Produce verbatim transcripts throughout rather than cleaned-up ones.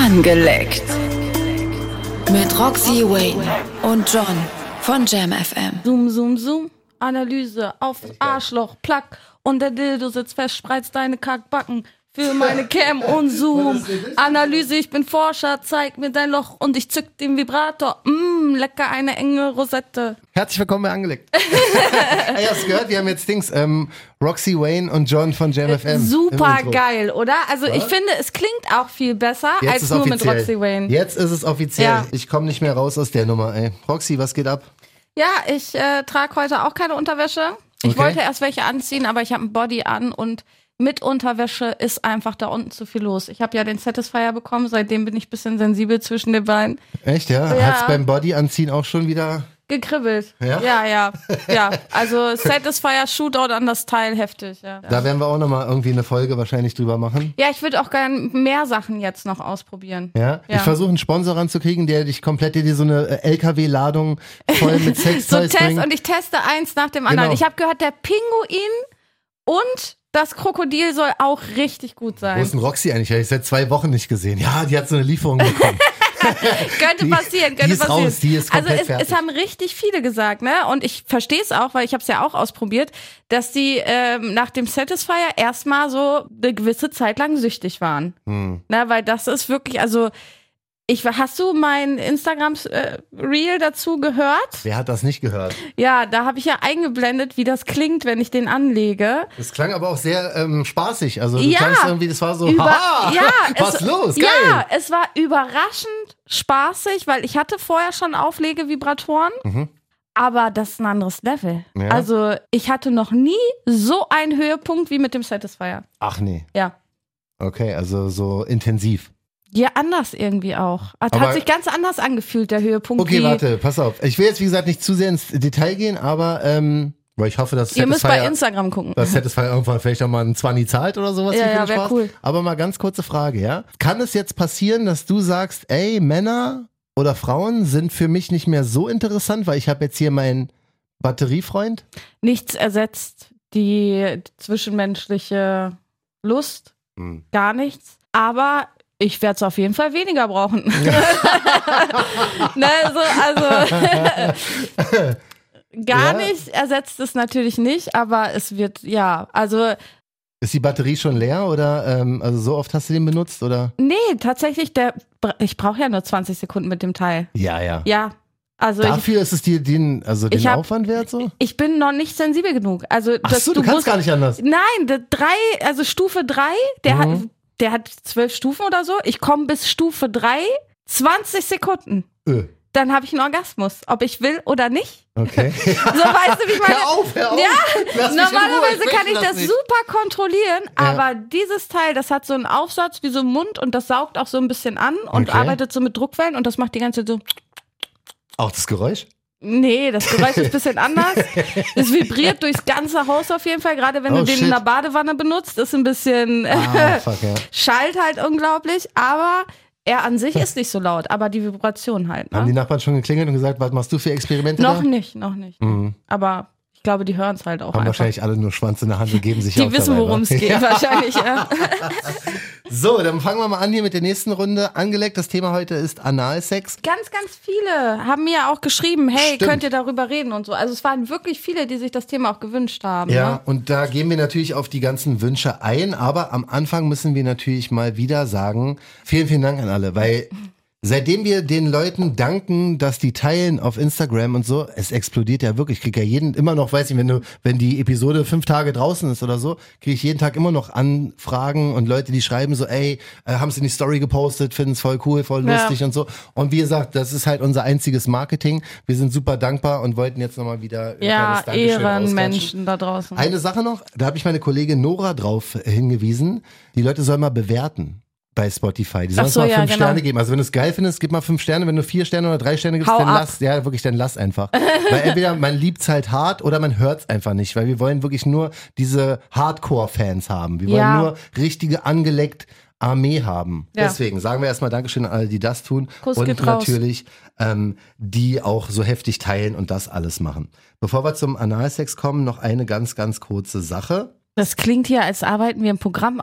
Angeleckt. Mit Roxy Wayne und John von Jam F M. Zoom, zoom, zoom. Analyse auf Arschloch, Plack. Und der Dildo sitzt fest, spreizt deine Kackbacken. Für meine Cam und Zoom. Analyse, ich bin Forscher, zeig mir dein Loch und ich zück den Vibrator. Mmm, lecker eine enge Rosette. Herzlich willkommen bei Angeleckt. Hey, hast du gehört? Wir haben jetzt Dings, ähm, Roxy Wayne und John von Jam F M. Super geil, oder? Also Was? Ich finde, es klingt auch viel besser jetzt als nur offiziell. mit Roxy Wayne. Jetzt ist es offiziell. Ja. Ich komme nicht mehr raus aus der Nummer, ey. Roxy, was geht ab? Ja, ich äh, trage heute auch keine Unterwäsche. Ich Okay. wollte erst welche anziehen, aber ich habe ein Body an und mit Unterwäsche ist einfach da unten zu viel los. Ich habe ja den Satisfier bekommen, seitdem bin ich ein bisschen sensibel zwischen den Beinen. Echt, ja? Ja. Hat's beim Body anziehen auch schon wieder... Gekribbelt. Ja? Ja, ja. ja. Also Satisfier, Shootout an das Teil, heftig. Ja, Da werden wir auch nochmal irgendwie eine Folge wahrscheinlich drüber machen. ja ich würde auch gerne mehr Sachen jetzt noch ausprobieren. Ja? Ja. Ich versuche einen Sponsor ranzukriegen, der dich komplett dir so eine äh, L K W-Ladung voll mit So Sextoys Test bringt. und ich teste eins nach dem anderen. Genau. Ich habe gehört, der Pinguin und das Krokodil soll auch richtig gut Wo sein. ist denn Roxy eigentlich? Habe ich seit zwei Wochen nicht gesehen. Ja, die hat so eine Lieferung bekommen. Könnte Die- passieren, könnte die ist passieren. raus, die ist also komplett es, fertig. es haben richtig viele gesagt, ne? Und ich verstehe es auch, weil ich habe es ja auch ausprobiert, dass die ähm, nach dem Satisfier erstmal so eine gewisse Zeit lang süchtig waren. Hm. Ne? Weil das ist wirklich, also ich, hast du mein Instagram-Reel dazu gehört? Wer hat das nicht gehört? Ja, da habe ich ja eingeblendet, wie das klingt, wenn ich den anlege. Das klang aber auch sehr ähm, spaßig. Also du Ja. klangst irgendwie, das war so, Über- haha, ja, was es, los, geil. Ja, es war überraschend spaßig, weil ich hatte vorher schon Auflegevibratoren, Mhm. aber das ist ein anderes Level. Ja. Also ich hatte noch nie so einen Höhepunkt wie mit dem Satisfier. Ach nee, Ja. okay, also so intensiv. Ja, anders irgendwie auch. Es Aber- hat sich ganz anders angefühlt, der Höhepunkt. Okay, wie, warte, pass auf. Ich will jetzt, wie gesagt, nicht zu sehr ins Detail gehen, aber ähm, weil ich hoffe, dass Ihr müsst bei Satisfier, Instagram gucken. dass Satisfier irgendwann vielleicht auch mal einen Zwanni zahlt oder sowas. Ja, wie für ja, den wär Spaß. cool. Aber mal ganz kurze Frage, ja? Kann es jetzt passieren, dass du sagst, ey, Männer oder Frauen sind für mich nicht mehr so interessant, weil ich habe jetzt hier meinen Batteriefreund? Nichts ersetzt die zwischenmenschliche Lust. Hm. Gar nichts. Aber ich werde es auf jeden Fall weniger brauchen. ne, so, also gar Ja. nicht ersetzt es natürlich nicht, aber es wird, ja, also Ist die Batterie schon leer oder ähm, also so oft hast du den benutzt oder? nee, tatsächlich, der, ich brauche ja nur zwanzig Sekunden mit dem Teil. Ja, ja. Ja, also ich, Dafür ist es dir den, also den Ich hab- Aufwand wert so? ich bin noch nicht sensibel genug. Also, Ach dass so, du, kannst musst- gar nicht anders. Nein, der drei, also Stufe drei, der Mhm. hat, der hat zwölf Stufen oder so. Ich komme bis Stufe drei, zwanzig Sekunden. Öh, Dann habe ich einen Orgasmus, ob ich will oder nicht. okay. So, weißt du, wie ich meine? Hör auf, hör auf. Ja, Lass mich in Ruhe, normalerweise ich kann möchte ich das, das nicht. super kontrollieren, Ja. aber dieses Teil, das hat so einen Aufsatz wie so ein Mund und das saugt auch so ein bisschen an und Okay. arbeitet so mit Druckwellen und das macht die ganze Zeit so. Auch das Geräusch? Nee, das Geräusch ist ein bisschen anders. Es vibriert durchs ganze Haus auf jeden Fall, gerade wenn Oh, du den shit. in der Badewanne benutzt, ist ein bisschen, Ah, fuck, ja. schallt halt unglaublich, aber er an sich ist nicht so laut, aber die Vibration halt. Haben die Ne? Nachbarn schon geklingelt und gesagt, was machst du für Experimente Noch da? nicht, noch nicht. Mhm. Aber ich glaube, die hören es halt auch Haben einfach. wahrscheinlich alle nur Schwanz in der Hand und geben sich Die auch wissen, dabei, worum es wa? geht, wahrscheinlich, ja. So, dann fangen wir mal an hier mit der nächsten Runde. Angeleckt, das Thema heute ist Analsex. Ganz, ganz viele haben mir auch geschrieben, hey, Stimmt. könnt ihr darüber reden und so. Also es waren wirklich viele, die sich das Thema auch gewünscht haben. Ja, Ne? und da gehen wir natürlich auf die ganzen Wünsche ein, aber am Anfang müssen wir natürlich mal wieder sagen, vielen, vielen Dank an alle, weil seitdem wir den Leuten danken, dass die teilen auf Instagram und so, es explodiert ja wirklich. Ich krieg ja jeden immer noch, weiß ich, wenn du, wenn die Episode fünf Tage draußen ist oder so, kriege ich jeden Tag immer noch Anfragen und Leute, die schreiben so, ey, äh, haben sie in die Story gepostet, finden es voll cool, voll Ja. lustig und so. Und wie gesagt, das ist halt unser einziges Marketing. Wir sind super dankbar und wollten jetzt nochmal wieder ein Ja, kleines Dankeschön ausklatschen. Ehrenmenschen da draußen. Eine Sache noch, da habe ich meine Kollegin Nora drauf hingewiesen. Die Leute sollen mal bewerten bei Spotify. Die sollen Ach uns so, mal ja, fünf genau. Sterne geben. Also wenn du es geil findest, gib mal fünf Sterne. Wenn du vier Sterne oder drei Sterne gibst, Hau dann ab. lass. Ja, wirklich, dann lass einfach. Weil entweder man liebt's halt hart oder man hört's einfach nicht. Weil wir wollen wirklich nur diese Hardcore-Fans haben. Wir wollen Ja. nur richtige angeleckt Armee haben. Ja. Deswegen sagen wir erstmal Dankeschön an alle, die das tun. Kuss und geht raus. natürlich ähm, die auch so heftig teilen und das alles machen. Bevor wir zum Analsex kommen, noch eine ganz, ganz kurze Sache. Das klingt hier, als arbeiten wir ein Programm ab.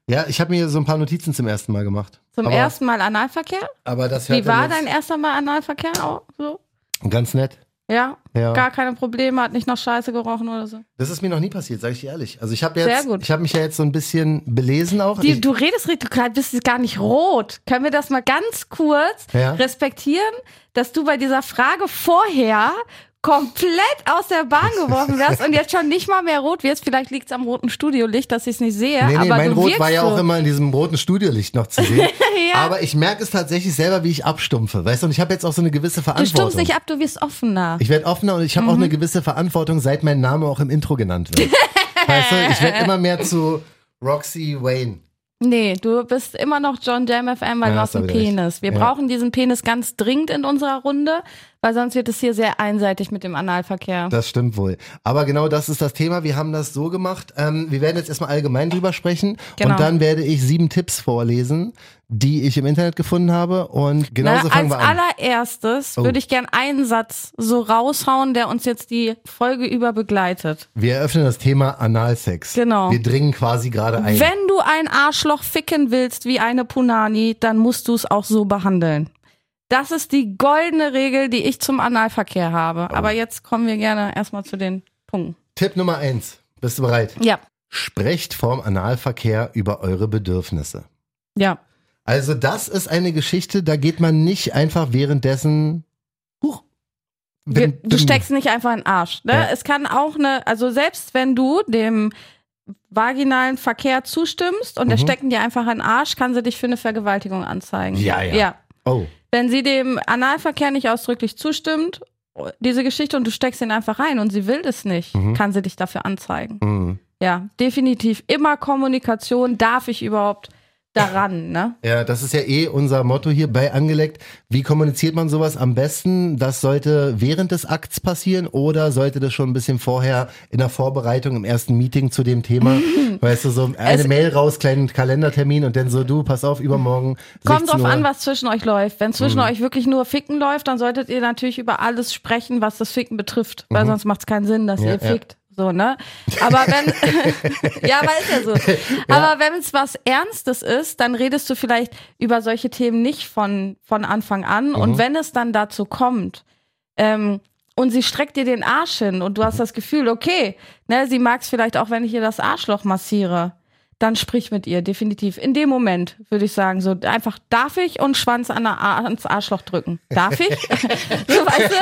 Ja, ich habe mir so ein paar Notizen zum ersten Mal gemacht. Zum aber, ersten Mal Analverkehr? Aber das hört Wie war jetzt dein erster Mal Analverkehr auch so? Ganz nett. Ja? Ja. Gar keine Probleme, hat nicht nach Scheiße gerochen oder so? Das ist mir noch nie passiert, sage ich dir ehrlich. Also ich habe jetzt, Sehr gut. ich habe mich ja jetzt so ein bisschen belesen auch. Die, ich, du redest richtig, du bist gar nicht rot. Können wir das mal ganz kurz Ja. respektieren, dass du bei dieser Frage vorher komplett aus der Bahn geworfen wirst und jetzt schon nicht mal mehr rot wirst. Vielleicht liegt es am roten Studiolicht, dass ich es nicht sehe. nee, nee, aber mein du Rot wirkst war ja so. auch immer in diesem roten Studiolicht noch zu sehen. Ja. Aber ich merke es tatsächlich selber, wie ich abstumpfe. Weißt du, und ich habe jetzt auch so eine gewisse Du Verantwortung. stummst nicht ab, du wirst offener. Ich werde offener und ich habe Mhm. auch eine gewisse Verantwortung, seit mein Name auch im Intro genannt wird. Weißt du, ich werde immer mehr zu Roxy Wayne. Nee, du bist immer noch John Jam F M, weil Ja, du hast hast einen du wieder recht. Penis. Wir Ja. brauchen diesen Penis ganz dringend in unserer Runde, weil sonst wird es hier sehr einseitig mit dem Analverkehr. Das stimmt wohl. Aber genau das ist das Thema. Wir haben das so gemacht. Ähm, wir werden jetzt erstmal allgemein drüber sprechen. Genau. Und dann werde ich sieben Tipps vorlesen, die ich im Internet gefunden habe. Und genauso Na, fangen als wir an. allererstes Oh. würde ich gern einen Satz so raushauen, der uns jetzt die Folge über begleitet. Wir eröffnen das Thema Analsex. Genau. Wir dringen quasi gerade ein. Wenn du ein Arschloch ficken willst wie eine Punani, dann musst du es auch so behandeln. Das ist die goldene Regel, die ich zum Analverkehr habe. Oh. Aber jetzt kommen wir gerne erstmal zu den Punkten. Tipp Nummer eins. Bist du bereit? Ja, Sprecht vorm Analverkehr über eure Bedürfnisse. ja. Also das ist eine Geschichte, da geht man nicht einfach währenddessen. Huch. Wir, Bin- du bin- steckst nicht einfach in den Arsch. Ne? Ja. Es kann auch eine, also selbst wenn du dem vaginalen Verkehr zustimmst und der Mhm. stecken dir einfach in den Arsch, kann sie dich für eine Vergewaltigung anzeigen. Ja, ja. ja. Oh. Wenn sie dem Analverkehr nicht ausdrücklich zustimmt, diese Geschichte, und du steckst ihn einfach rein und sie will es nicht, Mhm. kann sie dich dafür anzeigen. Mhm. Ja, definitiv. Immer Kommunikation, darf ich überhaupt daran, ne? Ja, das ist ja eh unser Motto hier bei Angeleckt. Wie kommuniziert man sowas am besten? Das sollte während des Akts passieren oder sollte das schon ein bisschen vorher in der Vorbereitung im ersten Meeting zu dem Thema? Weißt du, so eine Es- Mail raus, kleinen Kalendertermin und dann so, du, pass auf, übermorgen Kommt drauf sechzehn Uhr. an, was zwischen euch läuft. Wenn zwischen Mhm. euch wirklich nur Ficken läuft, dann solltet ihr natürlich über alles sprechen, was das Ficken betrifft, weil sonst macht es keinen Sinn, dass Mhm. Ja, ihr ja. fickt. So, ne? Aber wenn, ja, aber ist ja so. Aber wenn es was Ernstes ist, dann redest du vielleicht über solche Themen nicht von, von Anfang an. Mhm. Und wenn es dann dazu kommt, ähm, und sie streckt dir den Arsch hin und du hast das Gefühl, okay, ne, sie mag es vielleicht auch, wenn ich ihr das Arschloch massiere, dann sprich mit ihr, definitiv. In dem Moment würde ich sagen, so einfach, darf ich und Schwanz an der Ar- ans Arschloch drücken. Darf ich? So, weißt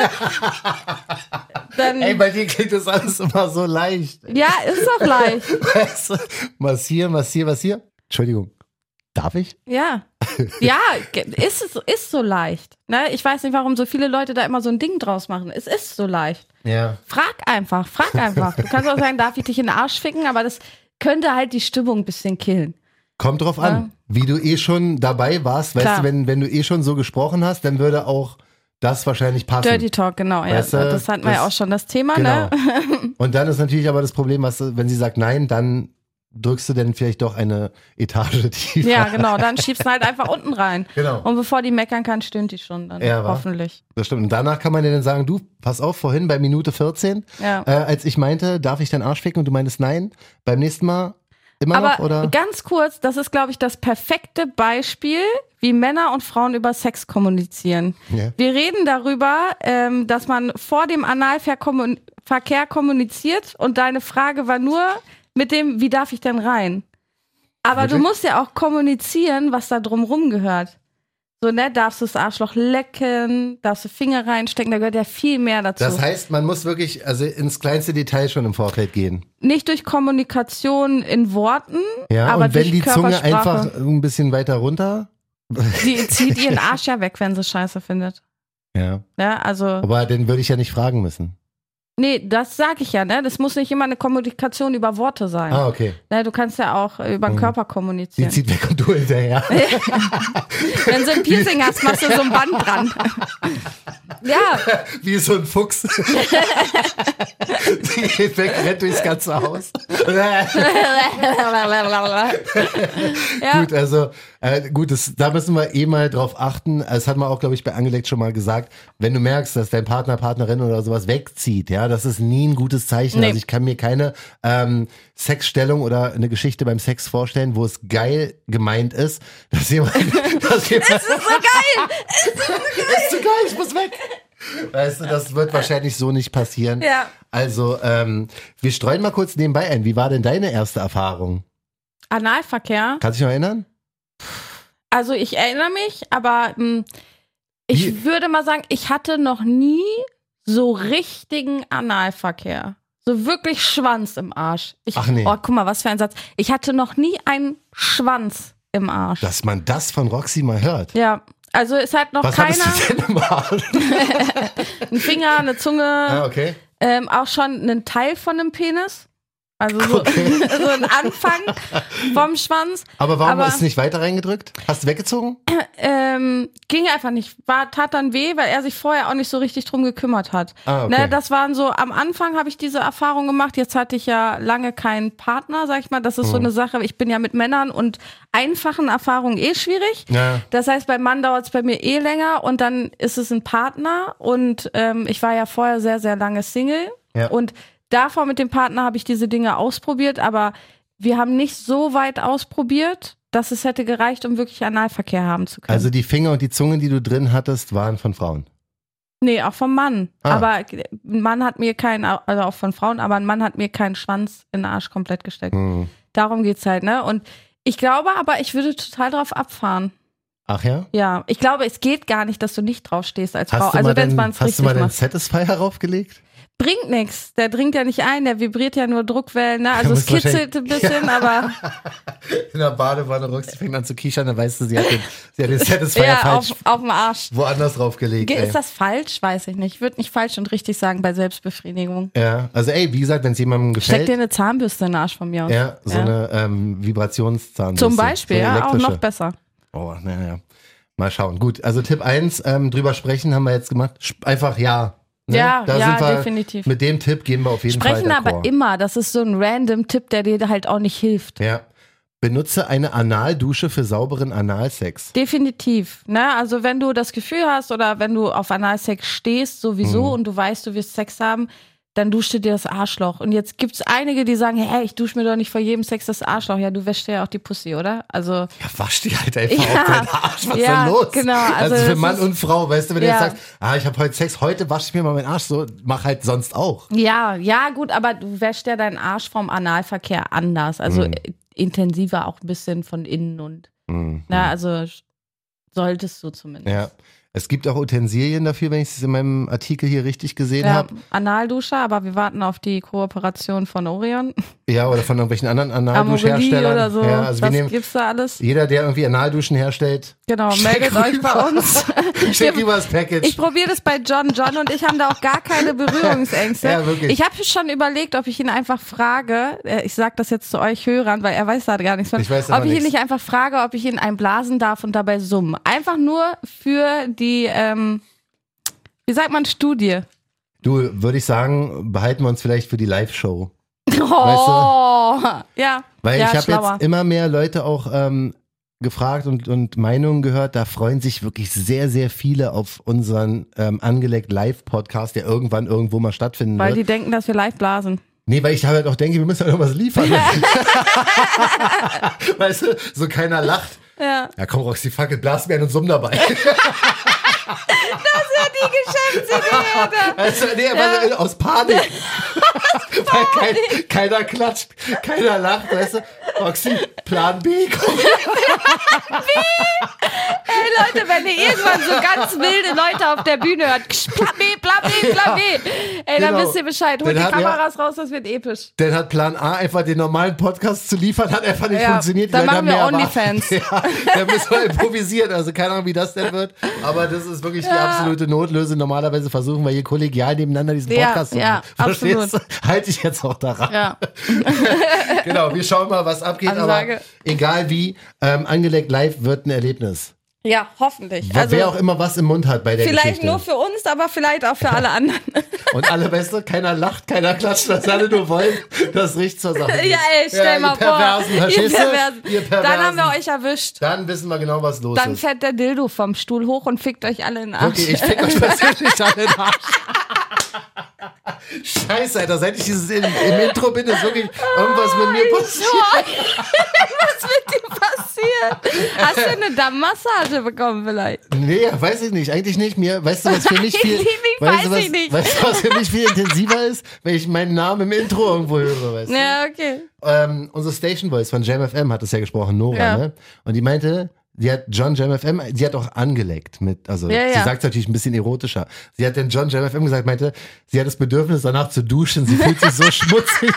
du? Dann, Ey, bei dir klingt das alles immer so leicht. ja, ist doch leicht. Weißt du? Massier, massier, massier. Entschuldigung. Darf ich? Ja. Ja, ge- ist, es- ist so leicht. Ne? Ich weiß nicht, warum so viele Leute da immer so ein Ding draus machen. Es ist so leicht. Ja. Frag einfach, frag einfach. Du kannst auch sagen, darf ich dich in den Arsch ficken, aber das könnte halt die Stimmung ein bisschen killen. Kommt drauf an. Ja. Wie du eh schon dabei warst, weißt Klar. du, wenn, wenn du eh schon so gesprochen hast, dann würde auch das wahrscheinlich passen. Dirty Talk, genau. Ja. Weißt du, Das hatten wir das- ja auch schon, das Thema. Genau. Ne? Und dann ist natürlich aber das Problem, was, du- wenn sie sagt nein, dann drückst du dann vielleicht doch eine Etage tiefer. Ja, genau. Dann schiebst du halt einfach unten rein. Genau. Und bevor die meckern kann, stöhnt die schon dann. Ja, wa? Hoffentlich. Das stimmt. Und danach kann man dir dann sagen, du, pass auf, vorhin bei Minute vierzehn, Ja. äh, als ich meinte, darf ich deinen Arsch ficken und du meintest nein, beim nächsten Mal immer Aber noch, oder? ganz kurz, das ist, glaube ich, das perfekte Beispiel, wie Männer und Frauen über Sex kommunizieren. Ja. Wir reden darüber, ähm, dass man vor dem Analverkehr kommun- Verkehr kommuniziert und deine Frage war nur mit dem, wie darf ich denn rein? Aber Wirklich? du musst ja auch kommunizieren, was da drumrum gehört. So, ne, darfst du das Arschloch lecken, darfst du Finger reinstecken, da gehört ja viel mehr dazu. Das heißt, man muss wirklich also ins kleinste Detail schon im Vorfeld gehen. Nicht durch Kommunikation in Worten, Ja, aber und wenn durch die Zunge Körpersprache. einfach ein bisschen weiter runter. Die zieht ihren Arsch ja weg, wenn sie Scheiße findet. Ja. Ja, also, Aber den würde ich ja nicht fragen müssen. nee, das sag ich ja, ne? Das muss nicht immer eine Kommunikation über Worte sein. Ah, okay. Ne, du kannst ja auch äh, über den Körper Sie kommunizieren. zieht weg und du hinterher. Wenn du ein Piercing hast, machst du so ein Band dran. Ja. Wie so ein Fuchs. Die geht weg, rennt durchs ganze Haus. Ja. Gut, also äh, gut, das, da müssen wir eh mal drauf achten. Das hat man auch, glaube ich, bei Angelegt schon mal gesagt. Wenn du merkst, dass dein Partner, Partnerin oder sowas wegzieht, ja, das ist nie ein gutes Zeichen. Nee. Also ich kann mir keine ähm, Sexstellung oder eine Geschichte beim Sex vorstellen, wo es geil gemeint ist, dass jemand, dass jemand Es ist so geil! Es ist so geil! ist zu geil, ich muss weg. Weißt du, das wird wahrscheinlich so nicht passieren. Ja. Also, ähm, wir streuen mal kurz nebenbei ein. Wie war denn deine erste Erfahrung? Analverkehr. Kannst du dich noch erinnern? Also ich erinnere mich, aber mh, ich Wie? würde mal sagen, ich hatte noch nie so richtigen Analverkehr. So wirklich Schwanz im Arsch. Ich, Ach nee. Oh, guck mal, was für ein Satz. Ich hatte noch nie einen Schwanz im Arsch. Dass man das von Roxy mal hört. Ja, also es hat noch Was keiner hattest du denn im Arsch? einen Finger, eine Zunge, Ah, okay. ähm, auch schon einen Teil von einem Penis. Also so, Okay. so ein Anfang vom Schwanz. Aber warum Aber- ist es nicht weiter reingedrückt? Hast du weggezogen? Ähm, ging einfach nicht. War, tat dann weh, weil er sich vorher auch nicht so richtig drum gekümmert hat. Ah, okay. Ne, das waren so, am Anfang habe ich diese Erfahrung gemacht. Jetzt hatte ich ja lange keinen Partner, sag ich mal. Das ist so eine Sache. Ich bin ja mit Männern und einfachen Erfahrungen eh schwierig. Ja. Das heißt, beim Mann dauert es bei mir eh länger und dann ist es ein Partner. Und ähm, ich war ja vorher sehr, sehr lange Single. Ja. Und davor mit dem Partner habe ich diese Dinge ausprobiert, aber wir haben nicht so weit ausprobiert, dass es hätte gereicht, um wirklich Analverkehr haben zu können. Also die Finger und die Zunge, die du drin hattest, waren von Frauen. Nee, auch vom Mann. Ah. Aber ein Mann hat mir keinen, also auch von Frauen, aber ein Mann hat mir keinen Schwanz in den Arsch komplett gesteckt. Hm. Darum geht's halt, ne? Und ich glaube aber, ich würde total drauf abfahren. Ach ja? Ja, ich glaube, es geht gar nicht, dass du nicht drauf stehst als Frau. Hast du Also mal wenn den, man es hast du richtig mal den macht. Satisfier raufgelegt? Bringt nichts. Der dringt ja nicht ein, der vibriert ja nur Druckwellen, ne? Also es musst kitzelt ein bisschen, aber In der Badewanne, Roxy fängt an zu kichern, dann weißt du, sie hat den, sie hat den Satisfier ja, falsch auf, auf dem Arsch. woanders draufgelegt. Ge- ey. Ist das falsch? Weiß ich nicht. Ich würde nicht falsch und richtig sagen bei Selbstbefriedigung. Ja, also ey, wie gesagt, wenn es jemandem Steck dir gefällt, eine Zahnbürste in den Arsch von mir aus. ja, so eine ähm, Vibrationszahnbürste. Zum Beispiel, so eine ja, auch elektrische. noch besser. Oh, naja. Mal schauen. Gut, also Tipp eins, ähm, drüber sprechen haben wir jetzt gemacht. Sp- Einfach ja. Ne? Ja, da ja, sind wir, definitiv. Mit dem Tipp gehen wir auf jeden Sprechen Fall aber d'accord. immer, das ist so ein random Tipp, der dir halt auch nicht hilft. Ja. Benutze eine Analdusche für sauberen Analsex. Definitiv. Ne? Also wenn du das Gefühl hast oder wenn du auf Analsex stehst sowieso Mhm. und du weißt, du wirst Sex haben, dann duschst du dir das Arschloch. Und jetzt gibt's einige, die sagen, hey, ich dusche mir doch nicht vor jedem Sex das Arschloch. Ja, du wäschst dir ja auch die Pussy, oder? Also Ja, wasch die halt einfach Ja. auf deinen Arsch. Was ist Ja, denn los? genau, Also, also für das Mann ist- und Frau, weißt du, wenn du Ja. jetzt sagst, ah, ich habe heute Sex, heute wasche ich mir mal meinen Arsch, so, mach halt sonst auch. ja, ja, gut, aber du wäschst ja deinen Arsch vom Analverkehr anders. Also Mhm. äh, intensiver auch ein bisschen von innen und Mhm. na, also sch- solltest du zumindest. Ja. Es gibt auch Utensilien dafür, wenn ich es in meinem Artikel hier richtig gesehen Ja, habe. Analduscher, aber wir warten auf die Kooperation von Orion. Ja, oder von irgendwelchen anderen Amorelie Analduschherstellern. oder so. Ja, also wir das nehmen gibt's da alles. jeder, der irgendwie Analduschen herstellt, Genau, Schick meldet euch bei rüber. uns. schick lieber das Package. Ich probiere das bei John. John und ich haben da auch gar keine Berührungsängste. Ja, wirklich. Ich habe schon überlegt, ob ich ihn einfach frage, äh, ich sag das jetzt zu euch Hörern, weil er weiß da gar nichts von, Ich weiß ob aber ich ihn nichts. nicht einfach frage, ob ich ihn einblasen darf und dabei summen. Einfach nur für die, ähm, wie sagt man, Studie. Du, würde ich sagen, behalten wir uns vielleicht für die Live-Show. Oh, ja. Weil ja, ich habe schlauer. jetzt immer mehr Leute auch ähm, gefragt und, und Meinungen gehört. Da freuen sich wirklich sehr, sehr viele auf unseren ähm, Angeleckt Live-Podcast, der irgendwann irgendwo mal stattfinden Weil wird. die denken, dass wir live blasen. Nee, weil ich halt auch denke, wir müssen halt irgendwas liefern. Weißt du, so keiner lacht. Ja. Ja komm Roxy, fuck it, blas mir einen und summ dabei. Die Geschäftsidee, Alter. Also, nee, aber Ja. aus Panik. Weil kein, keiner klatscht, keiner lacht, weißt du. Roxy, Plan B, komm. Hey Leute, wenn ihr irgendwann so ganz wilde Leute auf der Bühne hört, ksch, Plan B, Plan B, Plan B. Ey, dann Genau. wisst ihr Bescheid. Holt Dann die hat- Kameras raus, das wird episch. Dann hat Plan A einfach den normalen Podcast zu liefern, hat einfach nicht Ja, funktioniert. dann weil machen da wir mehr OnlyFans. war. Ja, dann müssen wir improvisieren. Also keine Ahnung, wie das denn wird. Aber das ist wirklich die Ja. absolute Notlösung. Normalerweise versuchen wir hier kollegial nebeneinander diesen Ja, Podcast zu ja, machen. Verstehst du? absolut. Halte ich jetzt auch daran. Ja. Genau, wir schauen mal, was abgeht. Ansage. Aber egal wie, ähm, Angeleckt live wird ein Erlebnis. Ja, hoffentlich. Wer Also auch immer was im Mund hat bei der vielleicht Geschichte. nur für uns, aber vielleicht auch für alle anderen. Und alle, weißt du, keiner lacht, keiner klatscht, was alle nur wollen, das riecht zur Sache. Ja, ey, stell ja, mal ihr Perversen, vor. verstehst Ihr du? Perversen. Ihr Perversen. Dann haben wir euch erwischt. Dann wissen wir genau, was los Dann ist. fährt der Dildo vom Stuhl hoch und fickt euch alle in den Arsch. Okay, ich fick euch persönlich alle in den Arsch. Scheiße, Alter, seit ich dieses im, im Intro bin, ist wirklich irgendwas mit mir passiert. Was mit dir passiert? Hast du eine Dammmassage bekommen vielleicht? Nee, weiß ich nicht, eigentlich nicht. Mir, weißt du, was für mich viel, Ich weißt du, weiß was, ich nicht. Weißt du, was für mich viel intensiver ist, wenn ich meinen Namen im Intro irgendwo höre, weißt du? Ja, okay. Ähm, unsere Station Voice von Jam F M hat das ja gesprochen, Nora, Ja. ne? Und die meinte, sie hat John Jam F M, sie hat auch angeleckt mit, also Ja, sie ja. sagt es natürlich ein bisschen erotischer. Sie hat den John Jam F M gesagt, meinte, sie hat das Bedürfnis danach zu duschen, sie fühlt sich so schmutzig.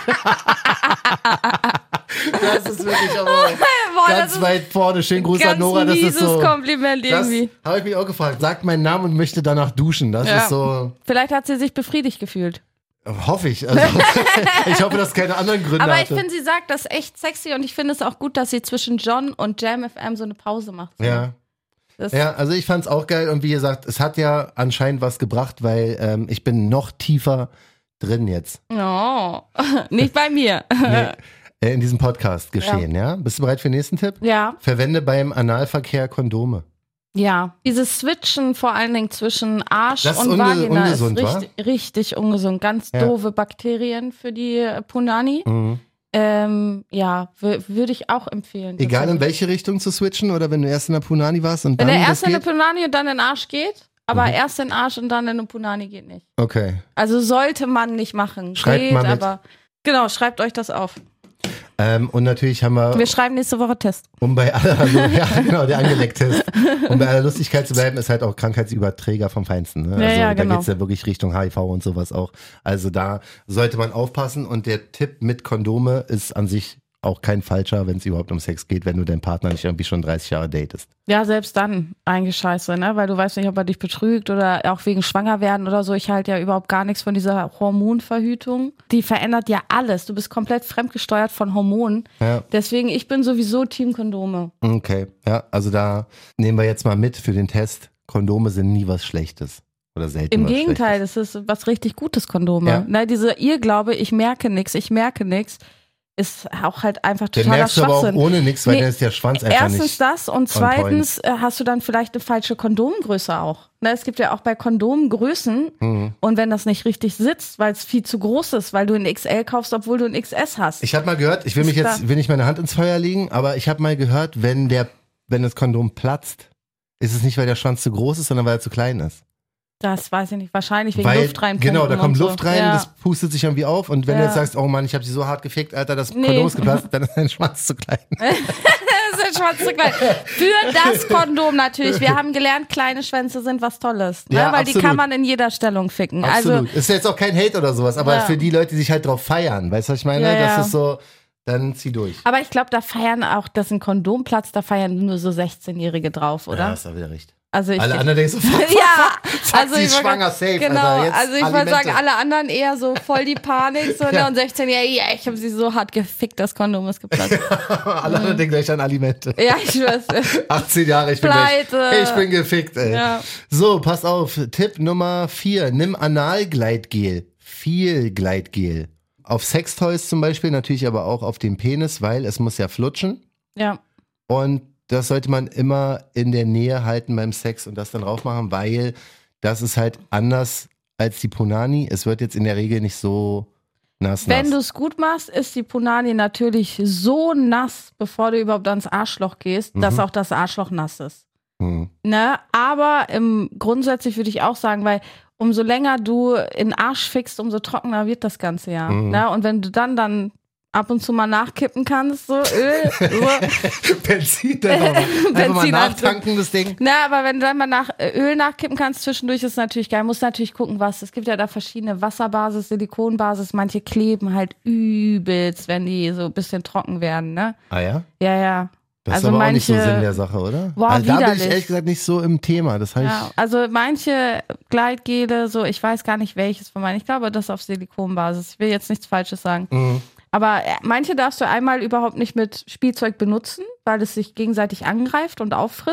Das ist wirklich aber Boah, das ganz ist weit vorne. Schönen Gruß ganz an Nora, das ist mieses so. Kompliment Das irgendwie. habe ich mich auch gefragt. Sagt meinen Namen und möchte danach duschen. Das Ja. ist so, Vielleicht hat sie sich befriedigt gefühlt. hoffe ich. Also, ich hoffe, dass keine anderen Gründe Aber ich hatte. finde, sie sagt das echt sexy und ich finde es auch gut, dass sie zwischen John und Jam F M so eine Pause macht. Ja. Das, Ja, also ich fand's auch geil und wie gesagt, es hat ja anscheinend was gebracht, weil ähm, ich bin noch tiefer drin jetzt. Oh, nicht bei mir. Nee, äh, in diesem Podcast geschehen, ja. Bist du bereit für den nächsten Tipp? Ja, Verwende beim Analverkehr Kondome. ja. Dieses Switchen vor allen Dingen zwischen Arsch Das ist und unge- Vagina ungesund, ist wa? richtig, richtig ungesund. Ganz Ja. doofe Bakterien für die äh, Punani. Mhm. Ähm, ja, w- würde ich auch empfehlen. Egal in tatsächlich. welche Richtung zu switchen oder wenn du erst in der Punani warst und Wenn dann der das erst in geht? den Punani und dann in den Arsch geht, aber Mhm. erst in den Arsch und dann in den Punani geht nicht. Okay. Also sollte man nicht machen. Schreibt geht, mal mit. aber genau, schreibt euch das auf. Ähm, und natürlich haben wir, Wir schreiben nächste Woche Test. um bei aller, also, ja genau, der Angeleckt-Test, um bei aller Lustigkeit zu bleiben, ist halt auch Krankheitsüberträger vom Feinsten. Ne? Ja, Also ja, da genau. geht's ja wirklich Richtung H I V und sowas auch. Also da sollte man aufpassen und der Tipp mit Kondome ist an sich auch kein falscher, wenn es überhaupt um Sex geht, wenn du deinen Partner nicht irgendwie schon dreißig Jahre datest. Ja, selbst dann eigentlich scheiße, ne? Weil du weißt nicht, ob er dich betrügt oder auch wegen Schwangerwerden oder so. Ich halte ja überhaupt gar nichts von dieser Hormonverhütung. Die verändert ja alles. Du bist komplett fremdgesteuert von Hormonen. Ja. Deswegen, ich bin sowieso Team Kondome. Okay, ja, also da nehmen wir jetzt mal mit für den Test. Kondome sind nie was Schlechtes. Oder selten Im was Gegenteil, Schlechtes. das ist was richtig Gutes, Kondome. Ja. Ne, diese Irrglaube, ich merke nichts, ich merke nichts, ist auch halt einfach Den totaler merkst du aber auch Schwachsinn. ohne nichts, weil Nee, dann ist der Schwanz einfach Erstens nicht. das und zweitens äh, hast du dann vielleicht eine falsche Kondomgröße auch. Ne, es gibt ja auch bei Kondomen Größen Mhm. und wenn das nicht richtig sitzt, weil es viel zu groß ist, weil du ein X L kaufst, obwohl du ein X S hast. Ich habe mal gehört, ich will mich Ist jetzt, klar. will nicht meine Hand ins Feuer legen, aber ich habe mal gehört, wenn der, wenn das Kondom platzt, ist es nicht, weil der Schwanz zu groß ist, sondern weil er zu klein ist. Das weiß ich nicht, wahrscheinlich wegen Weil, Luft rein. genau, da kommt Luft rein, ja. das pustet sich irgendwie auf und wenn du Ja. jetzt sagst, oh Mann, ich habe sie so hart gefickt, Alter, das Nee. Kondom ist geplatzt, dann ist dein Schwanz zu klein. Das ist ein Schwanz zu klein. Für das Kondom natürlich. Wir haben gelernt, kleine Schwänze sind was Tolles. Ne? Ja, Weil die absolut. kann man in jeder Stellung ficken. Absolut. Also, Ist jetzt auch kein Hate oder sowas, aber Ja. für die Leute, die sich halt drauf feiern, weißt du, was ich meine? Ja, ja. Das ist so, dann zieh durch. aber ich glaube, da feiern auch, dass ein Kondom platzt, da feiern nur so sechzehnjährige drauf, oder? Ja, ist auch wieder recht. Also ich, Alle anderen denken so, fuck, fuck, ja, fuck, also sie ich ist wollte schwanger, grad- safe, Genau, Alter, jetzt also ich würde Alimente. sagen, alle anderen eher so voll die Panik, so, Ja. ne, und sechzehn, ja, ja, ich habe sie so hart gefickt, das Kondom ist geplatzt. alle anderen denken gleich an Alimente. Ja, ich schwör's. achtzehn Jahre, ich bin Pleite. gleich, ich bin gefickt, ey. Ja. So, pass auf, Tipp Nummer vier, nimm Analgleitgel, viel Gleitgel. Auf Sextoys zum Beispiel, natürlich aber auch auf dem Penis, weil es muss ja flutschen. Ja. Und das sollte man immer in der Nähe halten beim Sex und das dann drauf machen, weil das ist halt anders als die Punani. Es wird jetzt in der Regel nicht so nass nass. Wenn du es gut machst, ist die Punani natürlich so nass, bevor du überhaupt ans Arschloch gehst, dass auch das Arschloch nass ist. Hm. Ne? Aber im, grundsätzlich würde ich auch sagen, weil umso länger du in den Arsch fickst, umso trockener wird das Ganze ja. Mhm. Ne? Und wenn du dann dann ab und zu mal nachkippen kannst, so Öl, so. Benzin dann noch. Einfach mal Benzin nachtanken, das Ding. Na, aber wenn du dann mal nach äh, Öl nachkippen kannst, zwischendurch ist es natürlich geil. Muss natürlich gucken, was. Es gibt ja da verschiedene Wasserbasis, Silikonbasis. Manche kleben halt übelst, wenn die so ein bisschen trocken werden, ne? Ah ja? Ja, ja. Das Also ist aber auch manche, nicht so Sinn der Sache, oder? Boah, also da bin ich widerlich. ehrlich gesagt nicht so im Thema. Das habe Ja, ich. also manche Gleitgele, so ich weiß gar nicht welches von meinen. Ich glaube, das auf Silikonbasis. Ich will jetzt nichts Falsches sagen. Mhm. Aber äh, manche darfst du einmal überhaupt nicht mit Spielzeug benutzen, weil es sich gegenseitig angreift und auffrisst.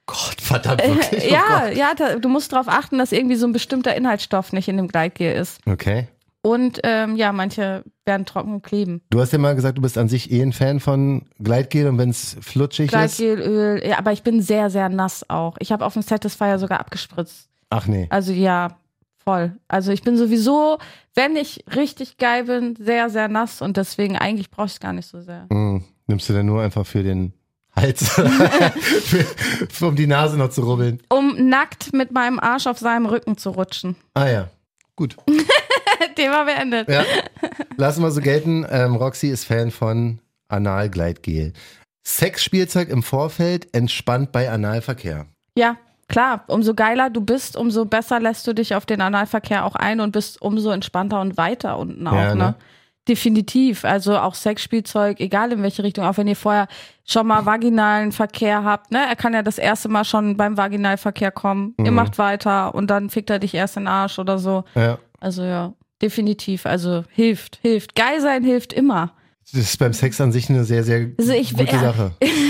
Gott, verdammt, wirklich? Äh, oh ja, Gott. ja, da, du musst darauf achten, dass irgendwie so ein bestimmter Inhaltsstoff nicht in dem Gleitgel ist. Okay. Und ähm, ja, manche werden trocken kleben. Du hast ja mal gesagt, du bist an sich eh ein Fan von Gleitgel und wenn es flutschig ist. Gleitgel, Öl, ja, aber ich bin sehr, sehr nass auch. Ich habe auf dem Satisfyer sogar abgespritzt. Ach nee. Also ja, voll. Also ich bin sowieso, wenn ich richtig geil bin, sehr, sehr nass und deswegen eigentlich brauche ich es gar nicht so sehr. Mm, nimmst du denn nur einfach für den Hals, für, für, um die Nase noch zu rubbeln? Um nackt mit meinem Arsch auf seinem Rücken zu rutschen. Ah ja, gut. Thema beendet. Ja. Lassen wir so gelten. Ähm, Roxy ist Fan von Analgleitgel. Sexspielzeug im Vorfeld entspannt bei Analverkehr. Ja, klar. Umso geiler du bist, umso besser lässt du dich auf den Analverkehr auch ein und bist umso entspannter und weiter unten auch, Ja, ne? ne? Definitiv. Also auch Sexspielzeug, egal in welche Richtung, auch wenn ihr vorher schon mal vaginalen Verkehr habt, ne? Er kann ja das erste Mal schon beim Vaginalverkehr kommen. Mhm. Ihr macht weiter und dann fickt er dich erst in den Arsch oder so. Ja. Also ja, definitiv. Also hilft, hilft. Geil sein hilft immer. Das ist beim Sex an sich eine sehr, sehr Also ich- gute ja. Sache.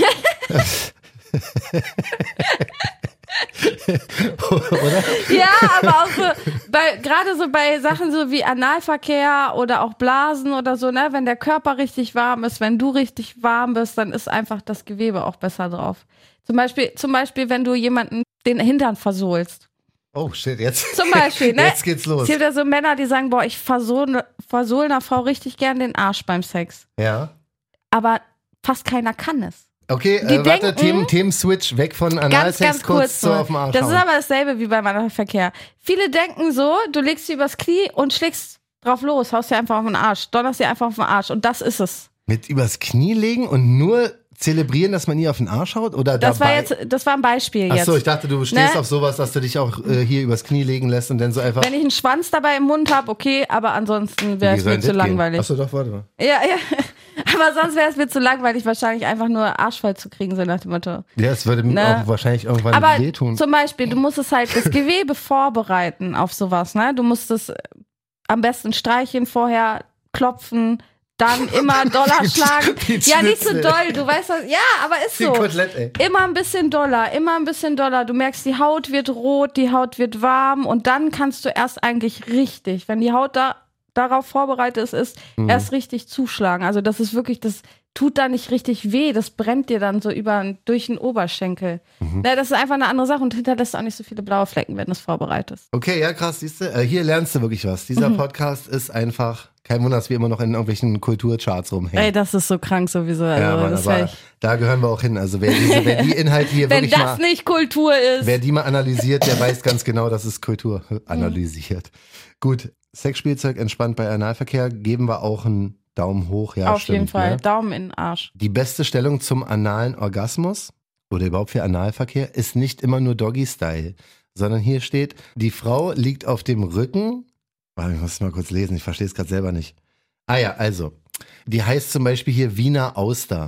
Oder? Ja, aber auch so, bei, gerade so bei Sachen so wie Analverkehr oder auch Blasen oder so, ne, wenn der Körper richtig warm ist, wenn du richtig warm bist, dann ist einfach das Gewebe auch besser drauf. Zum Beispiel, zum Beispiel, wenn du jemanden den Hintern versohlst. Oh shit, jetzt, Zum Beispiel, ne? jetzt geht's los. Es gibt ja so Männer, die sagen, boah, ich versohle versohl einer Frau richtig gern den Arsch beim Sex. Ja. Aber fast keiner kann es. Okay, Die äh, warte, denken- Themen, Themenswitch, weg von Ganz, Analsex, ganz kurz kurz so nur. auf dem Arsch Das hauen. ist aber dasselbe wie beim Analverkehr. Viele denken so, du legst sie übers Knie und schlägst drauf los, haust dir einfach auf den Arsch, donnerst dir einfach auf den Arsch und das ist es. Mit übers Knie legen und nur zelebrieren, dass man ihr auf den Arsch haut? Oder Das dabei? war jetzt, das war ein Beispiel jetzt. Achso, ich dachte, du stehst Ne? auf sowas, dass du dich auch äh, hier übers Knie legen lässt und dann so einfach... Wenn ich einen Schwanz dabei im Mund habe, okay, aber ansonsten wäre Wie es soll mir zu das gehen? langweilig. Achso, doch, warte mal. Ja, ja. Aber sonst wäre es mir zu langweilig, wahrscheinlich einfach nur Arschfall zu kriegen, so nach dem Motto. Ja, es würde mir Ne? auch wahrscheinlich irgendwann Aber wehtun. zum Beispiel, du musst es halt das Gewebe vorbereiten auf sowas, ne? Du musst es äh, am besten streicheln vorher, klopfen, dann immer doller Wie- schlagen. wie Ja, nicht so Schnitzel. doll, du weißt was. Ja, aber ist Wie so. ein Kotelett, ey. Immer ein bisschen doller, immer ein bisschen doller. Du merkst, die Haut wird rot, die Haut wird warm und dann kannst du erst eigentlich richtig, wenn die Haut da darauf vorbereitet ist, Mhm. erst richtig zuschlagen. Also das ist wirklich, das tut da nicht richtig weh, das brennt dir dann so über durch den Oberschenkel. Mhm. Ja, das ist einfach eine andere Sache und hinterlässt auch nicht so viele blaue Flecken, wenn du es vorbereitest. Okay, ja, krass, siehst du. Äh, hier lernst du wirklich was. Dieser Mhm. Podcast ist einfach, kein Wunder, dass wir immer noch in irgendwelchen Kulturcharts rumhängen. Ey, das ist so krank sowieso. Also, ja, Mann, das wär aber ich, da gehören wir auch hin. Also wer, diese, wer die Inhalte hier wenn wirklich das mal... nicht Kultur ist. Wer die mal analysiert, der weiß ganz genau, dass es Kultur analysiert. Gut, Sexspielzeug entspannt bei Analverkehr, geben wir auch einen Daumen hoch. Ja, Auf stimmt, jeden Fall. Ne? Daumen in den Arsch. Die beste Stellung zum analen Orgasmus oder überhaupt für Analverkehr ist nicht immer nur Doggy-Style, sondern hier steht, die Frau liegt auf dem Rücken. Warte, ich muss es mal kurz lesen, ich verstehe es gerade selber nicht. Ah ja, also, die heißt zum Beispiel hier Wiener Auster.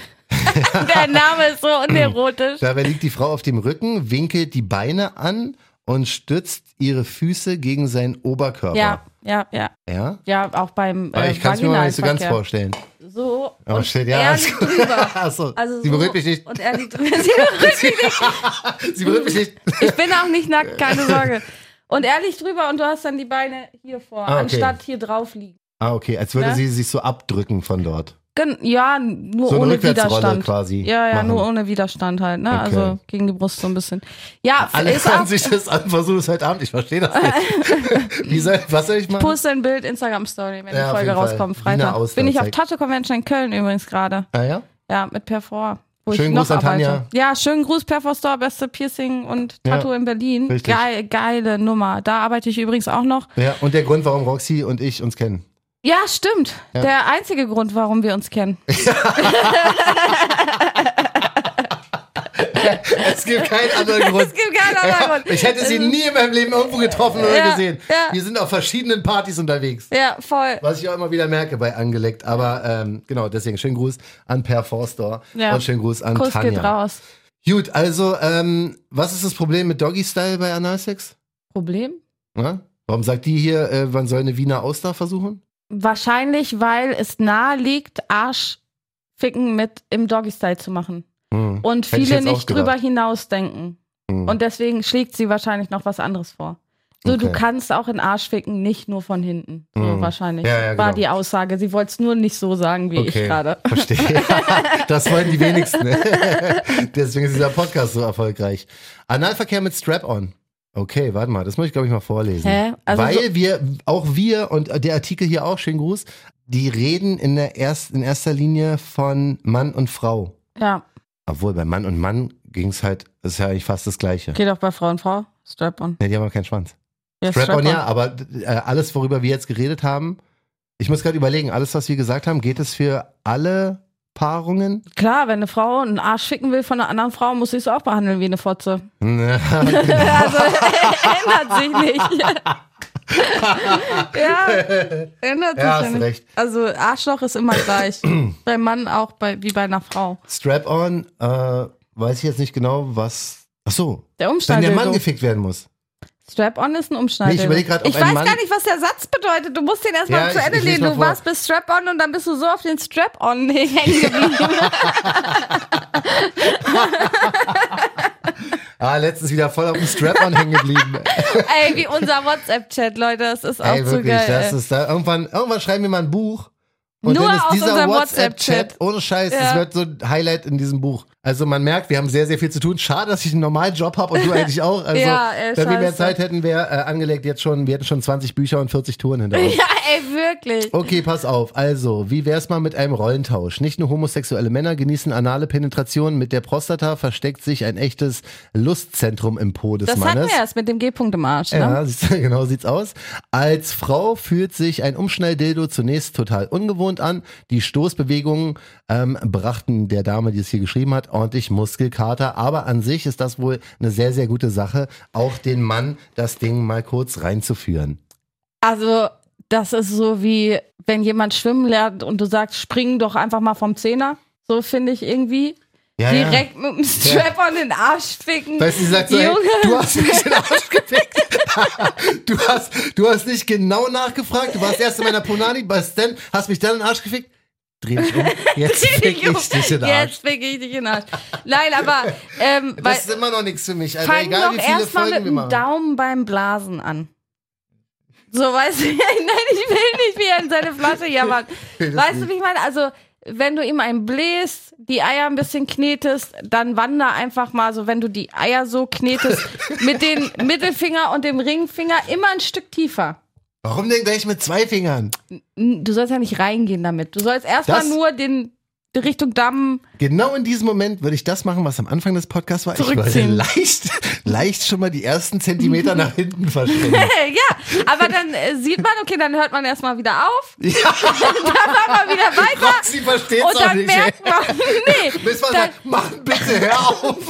Der Name ist so unerotisch. Dabei liegt die Frau auf dem Rücken, winkelt die Beine an und stützt ihre Füße gegen seinen Oberkörper. Ja, ja, ja. Ja? Ja, auch beim Aber äh, ich kann es mir mal nicht so ganz Vaginalverkehr. vorstellen. So. Oh und shit, ja. er alles liegt gut. drüber. Achso, Also sie so, berührt mich nicht. Und er liegt drüber. Sie berührt mich nicht. Sie berührt mich nicht. Ich bin auch nicht nackt, keine Sorge. Und er liegt drüber und du hast dann die Beine hier vor, Ah, okay. anstatt hier drauf liegen. Ah, okay, als würde Ne? sie sich so abdrücken von dort. Gen ja, nur So eine ohne Rückwärtsrolle Widerstand. quasi Ja, ja, machen. nur ohne Widerstand halt, ne? Okay. Also gegen die Brust so ein bisschen. Ja, Alle ist hören auch, sich das an, versuchen es heute Abend. Ich verstehe das nicht. Wie soll, was soll ich machen? poste ein Bild, Instagram-Story, wenn Ja, die auf Folge jeden Fall. rauskommt, Wiener Freitag. Austern Bin ich auf zeigt. Tattoo Convention in Köln übrigens gerade. Ah ja? Ja, mit Perfor. Wo Schönen ich noch Gruß an arbeite. Tanja. Ja, schönen Gruß, Perfor Store, beste Piercing und Tattoo Ja, in Berlin. richtig. Geil, geile Nummer. Da arbeite ich übrigens auch noch. Ja, und der Grund, warum Roxy und ich uns kennen. Ja, stimmt. Ja. Der einzige Grund, warum wir uns kennen. Es gibt keinen anderen Grund. Es gibt keinen anderen Grund. Ich hätte sie Es ist- nie in meinem Leben irgendwo getroffen oder Ja, gesehen. ja. Wir sind auf verschiedenen Partys unterwegs. Ja, voll. Was ich auch immer wieder merke bei Angeleckt. Aber ähm, genau, deswegen schönen Gruß an Per Forster Ja. und schönen Gruß an Kuss Tanja. geht raus. Gut, also ähm, was ist das Problem mit Doggy-Style bei Analsex? Problem? Ja? Warum sagt die hier, äh, man soll eine Wiener Auster versuchen? Wahrscheinlich, weil es nahe liegt, Arschficken mit im Doggy-Style zu machen. Hm. und Hätte ich viele jetzt auch nicht gedacht. drüber hinausdenken. Hm. Und deswegen schlägt sie wahrscheinlich noch was anderes vor. So, Okay. du kannst auch in Arsch ficken, nicht nur von hinten. So Hm. wahrscheinlich Ja, ja, war genau. die Aussage. Sie wollte es nur nicht so sagen wie ich Okay, gerade. verstehe. Das wollen die wenigsten. Deswegen ist dieser Podcast so erfolgreich. Analverkehr mit Strap-on. Okay, warte mal, das muss ich, glaube ich, mal vorlesen. Hä? Also Weil so- wir, auch wir und der Artikel hier auch, schönen Gruß, die reden in, der erst, in erster Linie von Mann und Frau. Ja, Obwohl, bei Mann und Mann ging es halt, das ist ja eigentlich fast das Gleiche. geht auch bei Frau und Frau. Strap-on. Ne, die haben aber keinen Schwanz. Ja, Strap-on, ja, aber äh, alles, worüber wir jetzt geredet haben, ich muss gerade überlegen, alles, was wir gesagt haben, geht es für alle Paarungen? Klar, wenn eine Frau einen Arsch ficken will von einer anderen Frau, muss sie es auch behandeln wie eine Fotze. Ja, Also ändert sich nicht. Ja, ändert sich Ja, ja hast nicht. recht. Also Arschloch ist immer gleich. Beim Mann auch bei, wie bei einer Frau. Strap-on, äh, weiß ich jetzt nicht genau, was. Ach so, Der wenn Umschnalldildo. der Mann gefickt werden muss. Strap-on ist ein Umschnalldildo. Nee, ich überleg grad, ob Ich ein weiß Mann- gar nicht, was der Satz bedeutet. Du musst den erstmal Ja, zu ich- Ende ich lese lesen. mal Du vor. warst bis Strap-on und dann bist du so auf den Strap-on hängen geblieben. Ah, letztens wieder voll auf dem Strap-on hängen geblieben. Ey, wie unser WhatsApp-Chat, Leute. Das ist auch Ey, so wirklich, geil. das ey. ist da. Irgendwann, irgendwann schreiben wir mal ein Buch. Und Nur dann ist aus dieser unserem WhatsApp-Chat, WhatsApp-Chat. ohne Scheiß, Ja. das wird so ein Highlight in diesem Buch. Also man merkt, wir haben sehr, sehr viel zu tun. Schade, dass ich einen normalen Job habe und du eigentlich auch. Also, Ja, ey, wenn wir mehr scheiße. Zeit hätten, wäre äh, angelegt jetzt schon, wir hätten schon zwanzig Bücher und vierzig Touren hinter uns. Ja, ey, wirklich. Okay, pass auf. Also, wie wär's mal mit einem Rollentausch? Nicht nur homosexuelle Männer genießen anale Penetration. Mit der Prostata versteckt sich ein echtes Lustzentrum im Po des Das hatten Mannes. wir erst mit dem G-Punkt im Arsch, ne? Ja, siehst du, genau sieht's aus. Als Frau fühlt sich ein Umschnalldildo zunächst total ungewohnt an. Die Stoßbewegungen ähm, brachten der Dame, die es hier geschrieben hat, ordentlich Muskelkater. Aber an sich ist das wohl eine sehr, sehr gute Sache, auch den Mann das Ding mal kurz reinzuführen. Also, das ist so wie, wenn jemand schwimmen lernt und du sagst, spring doch einfach mal vom Zehner. So finde ich irgendwie. Ja, Direkt mit dem Strap-on den Arsch ficken. Weißt du, sie sagt so, hey, Junge. du hast mich den Arsch gefickt. du, hast, du hast nicht genau nachgefragt. Du warst erst in meiner Punani, bist dann, hast mich dann in den Arsch gefickt. Dreh dich um. Jetzt fick ich dich in den Arsch. Jetzt fick ich dich in den Arsch. Nein, aber ähm, weil, Das ist immer noch nichts für mich. Also fang egal doch wie viele erstmal mit Folgen wir dem machen. Daumen beim Blasen an. So, weißt du, nein, ich will nicht, wie er in seine Flasche jammert. will das Weißt du, nicht. wie ich meine? Also, wenn du ihm einen bläst, die Eier ein bisschen knetest, dann wander einfach mal so, wenn du die Eier so knetest, mit dem Mittelfinger und dem Ringfinger immer ein Stück tiefer. Warum denn gleich mit zwei Fingern? Du sollst ja nicht reingehen damit. Du sollst erstmal Das- nur den die Richtung Damm. Genau in diesem Moment würde ich das machen, was am Anfang des Podcasts war. Ich würde Zurückziehen. leicht, leicht schon mal die ersten Zentimeter nach hinten verschwinden. Ja, aber dann äh, sieht man, okay, dann hört man erstmal wieder auf, Ja, dann macht man wieder weiter. Roxy versteht's Und doch dann nicht. merkt ey. man, nee, Bis man dann, sagt, mach bitte, hör auf.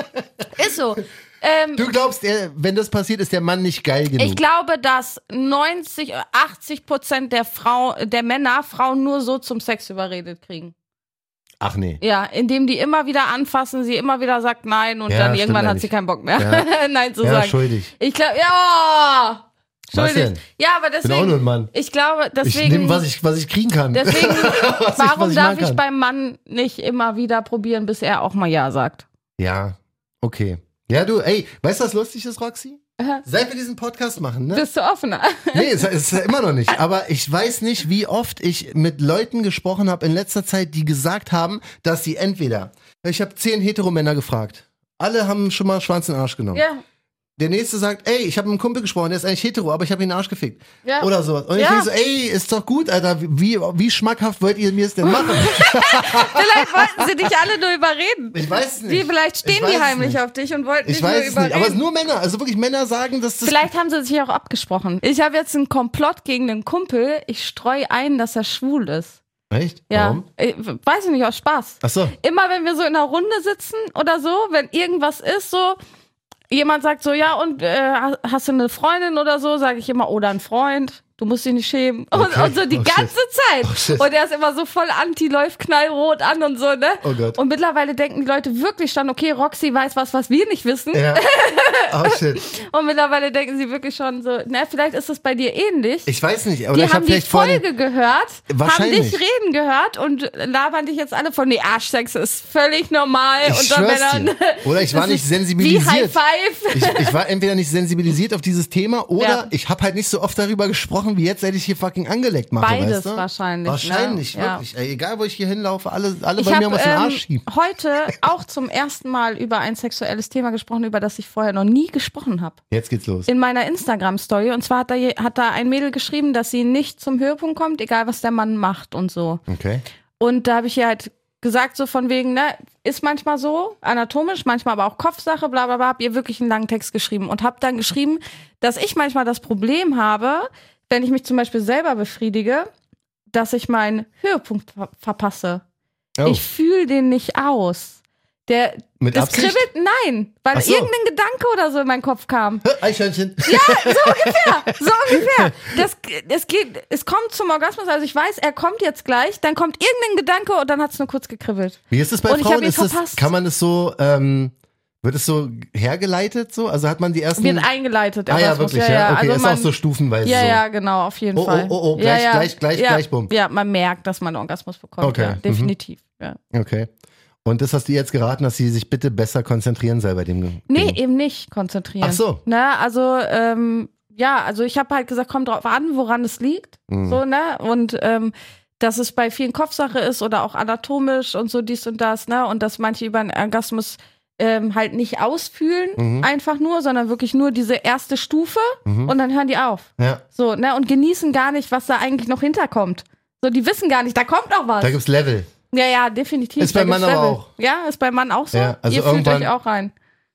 ist so. Ähm, Du glaubst, er, wenn das passiert, ist der Mann nicht geil genug. ich glaube, dass neunzig, achtzig Prozent der Frau, der Männer Frauen nur so zum Sex überredet kriegen. Ach nee. Ja, indem die immer wieder anfassen, sie immer wieder sagt nein und Ja, dann stimmt irgendwann hat eigentlich. sie keinen Bock mehr, Ja. nein zu Ja, sagen. schuldig. Ich glaube, ja, oh, Was schuldig. denn? Ja, aber Ich bin auch nur ein deswegen, Mann. ich glaube, Ich deswegen. nehme, was ich, was ich kriegen kann. Deswegen, was warum was ich darf machen ich kann. beim Mann nicht immer wieder probieren, bis er auch mal Ja sagt? Ja, okay. Ja, du, ey, weißt du, was lustig ist, Roxy? Aha. Seit wir diesen Podcast machen, ne? Bist du offener? Nee, ist, ist immer noch nicht. Aber ich weiß nicht, wie oft ich mit Leuten gesprochen habe in letzter Zeit, die gesagt haben, dass sie entweder, ich habe zehn Heteromänner gefragt, alle haben schon mal Schwanz in den Arsch genommen. Ja. Der nächste sagt, ey, ich habe mit einem Kumpel gesprochen, der ist eigentlich hetero, aber ich habe ihn in den Arsch gefickt. Ja. Oder sowas. Und ich Ja. denke so, ey, ist doch gut, Alter, wie, wie schmackhaft wollt ihr mir es denn machen? Vielleicht wollten sie dich alle nur überreden. Ich weiß es nicht. Die, vielleicht Ich stehen weiß die es heimlich nicht. auf dich und wollten Ich dich nur weiß es überreden. nicht, aber es sind nur Männer. Also wirklich Männer sagen, dass das... Vielleicht haben sie sich auch abgesprochen. Ich habe jetzt einen Komplott gegen einen Kumpel. Ich streue ein, dass er schwul ist. Echt? Ja. Warum? Ich, weiß ich nicht, aus Spaß. Ach so. Immer wenn wir so in einer Runde sitzen oder so, wenn irgendwas ist, so, jemand sagt so, ja, und äh, hast du eine Freundin oder so, sage ich immer, oder ein Freund. du musst dich nicht schämen. Und, Okay. und so die Oh, ganze shit. Zeit. Oh, shit. Und er ist immer so voll anti, läuft knallrot an und so, ne? Oh Gott. Und mittlerweile denken die Leute wirklich schon, okay, Roxy weiß was, was wir nicht wissen. Ja. Oh shit. Und mittlerweile denken sie wirklich schon so, na, vielleicht ist es bei dir ähnlich. Ich weiß nicht, aber Die ich haben habe die vielleicht vorhin. Folge gehört, haben Wahrscheinlich. dich reden gehört und labern dich jetzt alle von, nee, Arschsex ist völlig normal Ich unter schwör's Männern. dir. Oder ich war Das nicht ist sensibilisiert. Wie High Five. Ich, ich war entweder nicht sensibilisiert auf dieses Thema oder Ja. ich habe halt nicht so oft darüber gesprochen, wie jetzt, seit ich hier fucking angeleckt mache. Beides weißt du? wahrscheinlich, Wahrscheinlich, ne? Ja. wirklich. Ey, egal, wo ich hier hinlaufe, alle, alle Ich bei mir habe was in den Arsch ähm, schieben. heute auch zum ersten Mal über ein sexuelles Thema gesprochen, über das ich vorher noch nie gesprochen habe. Jetzt geht's los. In meiner Instagram-Story. Und zwar hat da, je- hat da ein Mädel geschrieben, dass sie nicht zum Höhepunkt kommt, egal was der Mann macht und so. Okay. Und da habe ich ihr halt gesagt, so von wegen, ne, ist manchmal so, anatomisch, manchmal aber auch Kopfsache, bla bla bla, hab ihr wirklich einen langen Text geschrieben und hab dann geschrieben, dass ich manchmal das Problem habe, wenn ich mich zum Beispiel selber befriedige, dass ich meinen Höhepunkt ver verpasse. Oh. Ich fühle den nicht aus. Der, Mit das Absicht? kribbelt, nein, weil Ach so. irgendein Gedanke oder so in meinen Kopf kam. Eichhörnchen. Ja, so ungefähr, so ungefähr. Das, es geht, es kommt zum Orgasmus, also ich weiß, er kommt jetzt gleich, dann kommt irgendein Gedanke und dann hat es nur kurz gekribbelt. Wie ist es bei Und ich hab Frauen? ihn Ist das, verpasst. kann man das so, ähm, wird es so hergeleitet so? Also hat man die ersten. Wird eingeleitet. ah ja, Orgasmus. wirklich, ja. Okay, Also ist man, auch so stufenweise Ja, so. ja, genau, auf jeden Oh, oh, Fall. oh, oh, ja, gleich, ja. gleich, gleich, ja, gleich, bumm. Ja, man merkt, dass man einen Orgasmus bekommt. Okay, Ja, mhm. definitiv. Ja. Okay. Und das hast du ihr jetzt geraten, dass sie sich bitte besser konzentrieren soll bei dem. Nee, Ding. eben nicht konzentrieren. Ach so. Ne, also, ähm, ja, also ich habe halt gesagt, kommt drauf an, woran es liegt. Mhm. So, ne? Und ähm, dass es bei vielen Kopfsache ist oder auch anatomisch und so dies und das, ne? Und dass manche über einen Orgasmus ähm, halt nicht ausfühlen, Mhm. einfach nur, sondern wirklich nur diese erste Stufe Mhm. und dann hören die auf. Ja, So, ne? Und genießen gar nicht, was da eigentlich noch hinterkommt. So, die wissen gar nicht, da kommt noch was. da gibt's Level. Ja, ja, definitiv. Ist Da beim gibt's Mann aber Level. auch. Ja, ist beim Mann auch so. Ja, also Ihr fühlt irgendwann- euch auch rein.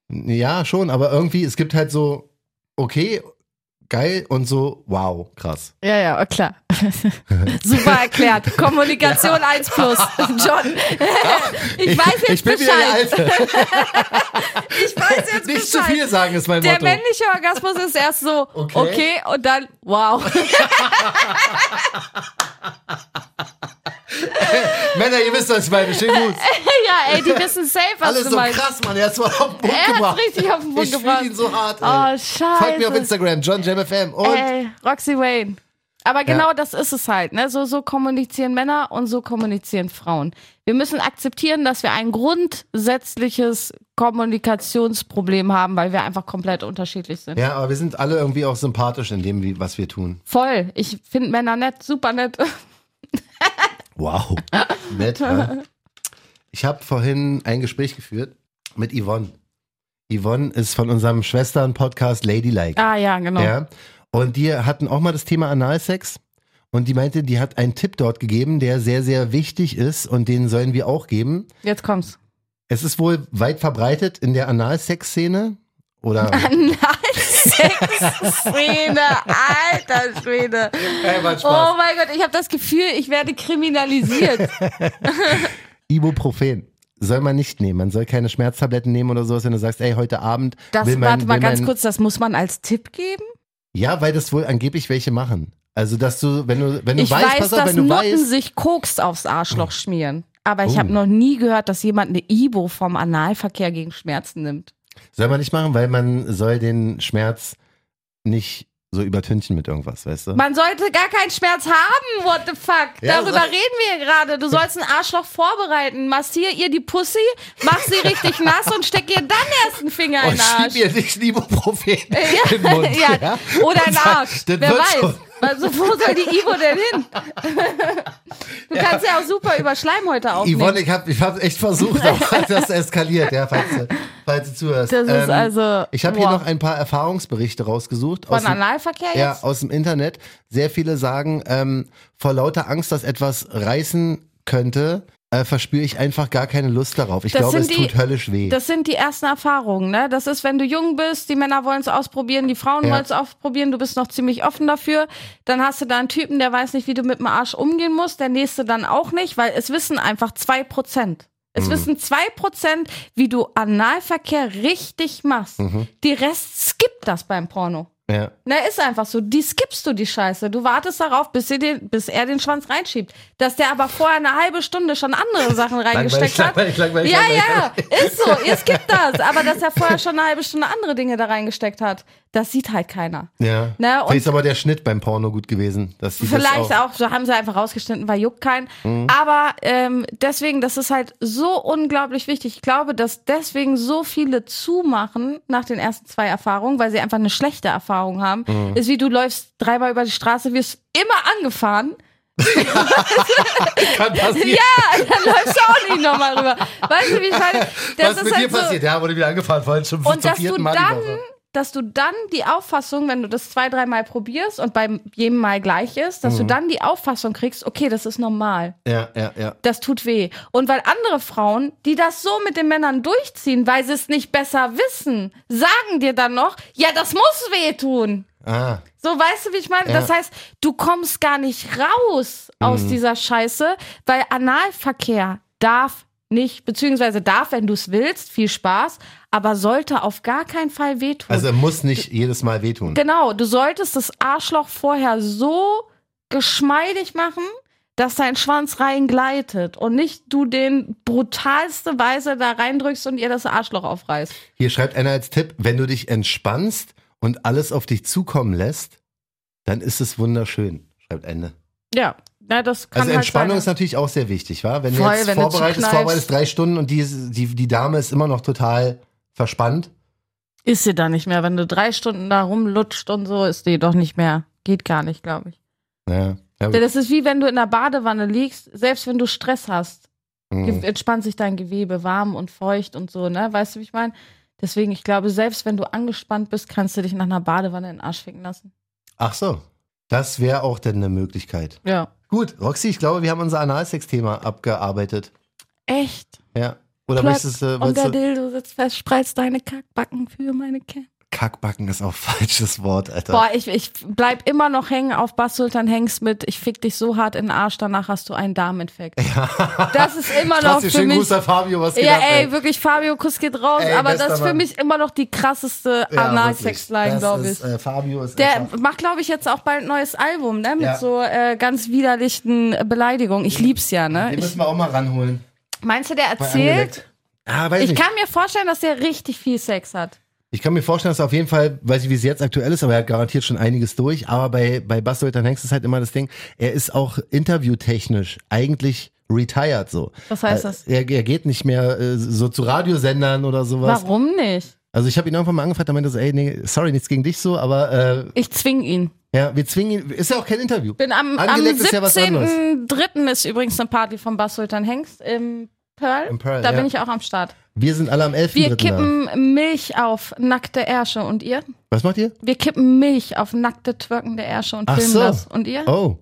Ja, schon, aber irgendwie, es gibt halt so, okay, geil und so, wow, krass. Ja, ja, klar. Super erklärt. Kommunikation eins plus. John, ich weiß jetzt ich bin wieder Bescheid. der Alte. Ich weiß jetzt Nicht zu Bescheid. viel sagen ist mein Der Motto. männliche Orgasmus ist erst so, Okay. okay, und dann, wow. Männer, ihr wisst, was ich meine, schön gut. Ja, ey, die wissen safe, was Alles du so meinst. krass, Mann, er hat's mal auf den Punkt Er hat's gebracht. richtig auf den Punkt ich gebracht. fühle ihn so hart, ey. Oh, scheiße. Folgt mir auf Instagram, John Jam F M und Ey, Roxy Wayne. Aber genau das ist es halt, ne? So, so kommunizieren Männer und so kommunizieren Frauen. Wir müssen akzeptieren, dass wir ein grundsätzliches Kommunikationsproblem haben, weil wir einfach komplett unterschiedlich sind. ja, aber wir sind alle irgendwie auch sympathisch in dem, wie, was wir tun. Voll. Ich finde Männer nett, super nett. Wow. Nett, ja. Ich habe vorhin ein Gespräch geführt mit Yvonne. Yvonne ist von unserem Schwestern-Podcast Ladylike. Ah ja, genau. Ja. Und die hatten auch mal das Thema Analsex. Und die meinte, die hat einen Tipp dort gegeben, der sehr, sehr wichtig ist und den sollen wir auch geben. Jetzt kommt's. Es ist wohl weit verbreitet in der Analsex-Szene. Oder? Analsex-Szene, alter Schwede. Hey, war Oh Spaß. mein Gott, ich habe das Gefühl, ich werde kriminalisiert. Ibuprofen. Soll man nicht nehmen. Man soll keine Schmerztabletten nehmen oder sowas, wenn du sagst, ey, heute Abend Das, will mein, warte mal will ganz mein, kurz, das muss man als Tipp geben? Ja, weil das wohl angeblich welche machen. Also, dass du, wenn du, wenn du Ich weißt, weiß, pass auf, dass wenn du Nutten weißt, sich Koks aufs Arschloch schmieren. Aber ich Oh. habe noch nie gehört, dass jemand eine Ibo vom Analverkehr gegen Schmerzen nimmt. soll man nicht machen, weil man soll den Schmerz nicht so übertünchen mit irgendwas, weißt du? Man sollte gar keinen Schmerz haben, what the fuck? Ja, Darüber sag- reden wir hier gerade. Du sollst ein Arschloch vorbereiten. Massier ihr die Pussy, mach sie richtig nass und steck ihr dann erst einen Finger in Und den Arsch. schieb ihr nicht ein Ibuprofen Ja, in den Mund. ja. Ja? Oder Und ein sag, Arsch. das Wer wird weiß. schon. Also, wo soll die Ivo denn hin? Du kannst ja auch super über Schleimhäute aufnehmen. Yvonne, ich habe ich hab echt versucht, aber das eskaliert, ja, falls du, falls du zuhörst. Das ist also, Ich habe hier boah. noch ein paar Erfahrungsberichte rausgesucht. Von aus dem, Analverkehr jetzt? ja, aus dem Internet. Sehr viele sagen, ähm, vor lauter Angst, dass etwas reißen könnte, äh, verspüre ich einfach gar keine Lust darauf. Ich Das glaube, es sind die- tut höllisch weh. Das sind die ersten Erfahrungen, ne? Das ist, wenn du jung bist, die Männer wollen es ausprobieren, die Frauen Ja. wollen es ausprobieren, du bist noch ziemlich offen dafür. Dann hast du da einen Typen, der weiß nicht, wie du mit dem Arsch umgehen musst, der nächste dann auch nicht, weil es wissen einfach zwei Prozent. Es Mhm. wissen zwei Prozent, wie du Analverkehr richtig machst. Mhm. Die Rest skippt das beim Porno. Ja. Na, ist einfach so. Die skippst du, die Scheiße. Du wartest darauf, bis, sie den, bis er den Schwanz reinschiebt. Dass der aber vorher eine halbe Stunde schon andere Sachen reingesteckt hat. Langweilig, langweilig, ja, langweilig. ja, ist so. Ihr skippt das. Aber dass er vorher schon eine halbe Stunde andere Dinge da reingesteckt hat, das sieht halt keiner. Ja. Na, und vielleicht ist aber der Schnitt beim Porno gut gewesen. Dass sie vielleicht das auch, auch, so haben sie einfach rausgeschnitten, weil juckt keinen. Mhm. Aber ähm, deswegen, das ist halt so unglaublich wichtig. Ich glaube, dass deswegen so viele zumachen nach den ersten zwei Erfahrungen, weil sie einfach eine schlechte Erfahrung haben. Mhm. Ist wie du läufst dreimal über die Straße, wirst immer angefahren. Kann passieren. Ja, dann läufst du auch nicht nochmal rüber. Weißt du, wie ich meine? Das Was ist mit halt dir passiert? so, Ja, wurde wieder angefahren, vorhin schon und zum dass du vierten Mal die dann, Woche. dass du dann die Auffassung, wenn du das zwei, dreimal probierst und bei jedem Mal gleich ist, dass Mhm. du dann die Auffassung kriegst, okay, das ist normal. Ja, ja, ja. Das tut weh. Und weil andere Frauen, die das so mit den Männern durchziehen, weil sie es nicht besser wissen, sagen dir dann noch, ja, das muss wehtun. Ah. So, weißt du, wie ich meine? Ja. Das heißt, du kommst gar nicht raus aus Mhm. dieser Scheiße, weil Analverkehr darf nicht, beziehungsweise darf, wenn du es willst, viel Spaß, aber sollte auf gar keinen Fall wehtun. Also er muss nicht jedes Mal wehtun. Genau, du solltest das Arschloch vorher so geschmeidig machen, dass dein Schwanz reingleitet und nicht du den brutalste Weise da reindrückst und ihr das Arschloch aufreißt. Hier schreibt einer als Tipp, wenn du dich entspannst und alles auf dich zukommen lässt, dann ist es wunderschön, schreibt Ende. Ja, ja das kann Also halt Entspannung sein. ist natürlich auch sehr wichtig, wa? Wenn Voll, du jetzt wenn du vorbereitest, zukneifst. vorbereitest drei Stunden und die, die, die Dame ist immer noch total verspannt. Ist sie da nicht mehr. Wenn du drei Stunden da rumlutscht und so, ist die doch nicht mehr. Geht gar nicht, glaube ich. Ja. Ja, Das ist wie wenn du in der Badewanne liegst, selbst wenn du Stress hast, mhm. entspannt sich dein Gewebe warm und feucht und so, ne? Weißt du, wie ich meine? Deswegen, ich glaube, selbst wenn du angespannt bist, kannst du dich nach einer Badewanne in den Arsch ficken lassen. Ach so, das wäre auch denn eine Möglichkeit. Ja. Gut, Roxy, ich glaube, wir haben unser Analsex-Thema abgearbeitet. Echt? Ja. Oder Plöck, möchtest du, und willst der du Dildo sitzt fest, spreizt deine Kackbacken für meine Cam. Kackbacken ist auch falsches Wort, Alter. Boah, ich, ich bleib immer noch hängen auf Bas Sultan Hengst mit, ich fick dich so hart in den Arsch, danach hast du einen Darminfekt. Ja. Das ist immer noch Trotzdem für schönen mich... Gruß an Fabio, was geht Ja, ab, ey, wirklich, Fabio, Kuss geht raus, Ey, aber bester das ist für Mann. mich immer noch die krasseste Ja, Analsex-Line, wirklich. glaube Das ich. ist, Äh, Fabio ist Der einfach, macht, glaube ich, jetzt auch bald ein neues Album, ne? Mit Ja. so äh, ganz widerlichen Beleidigungen. Ich lieb's ja, ne? den Ich, müssen wir auch mal ranholen. meinst du, der Mal erzählt? angeleckt. Ah, weiß Ich nicht. kann mir vorstellen, dass der richtig viel Sex hat. Ich kann mir vorstellen, dass er auf jeden Fall, weiß ich, wie es jetzt aktuell ist, aber er hat garantiert schon einiges durch. Aber bei, bei Bas Sultan Hengst ist halt immer das Ding, er ist auch interviewtechnisch eigentlich retired so. Was heißt Äh, das? Er, er geht nicht mehr äh, so zu Radiosendern oder sowas. Warum nicht? Also ich habe ihn irgendwann mal angefragt, er meinte so, ey, nee, sorry, nichts gegen dich so, aber äh, Ich zwing ihn. ja, wir zwingen ihn, ist ja auch kein Interview. Bin am, am Angelegt ist ja was anderes. siebzehnten dritten ist übrigens eine Party von Bas Sultan Hengst im Pearl. Im Pearl, da ja. bin ich auch am Start. Wir sind alle am elften Wir dritten da. kippen Milch auf nackte Ärsche. Und ihr? Was macht ihr? Wir kippen Milch auf nackte, twerkende Ärsche und Ach filmen so. das. Und ihr? Oh.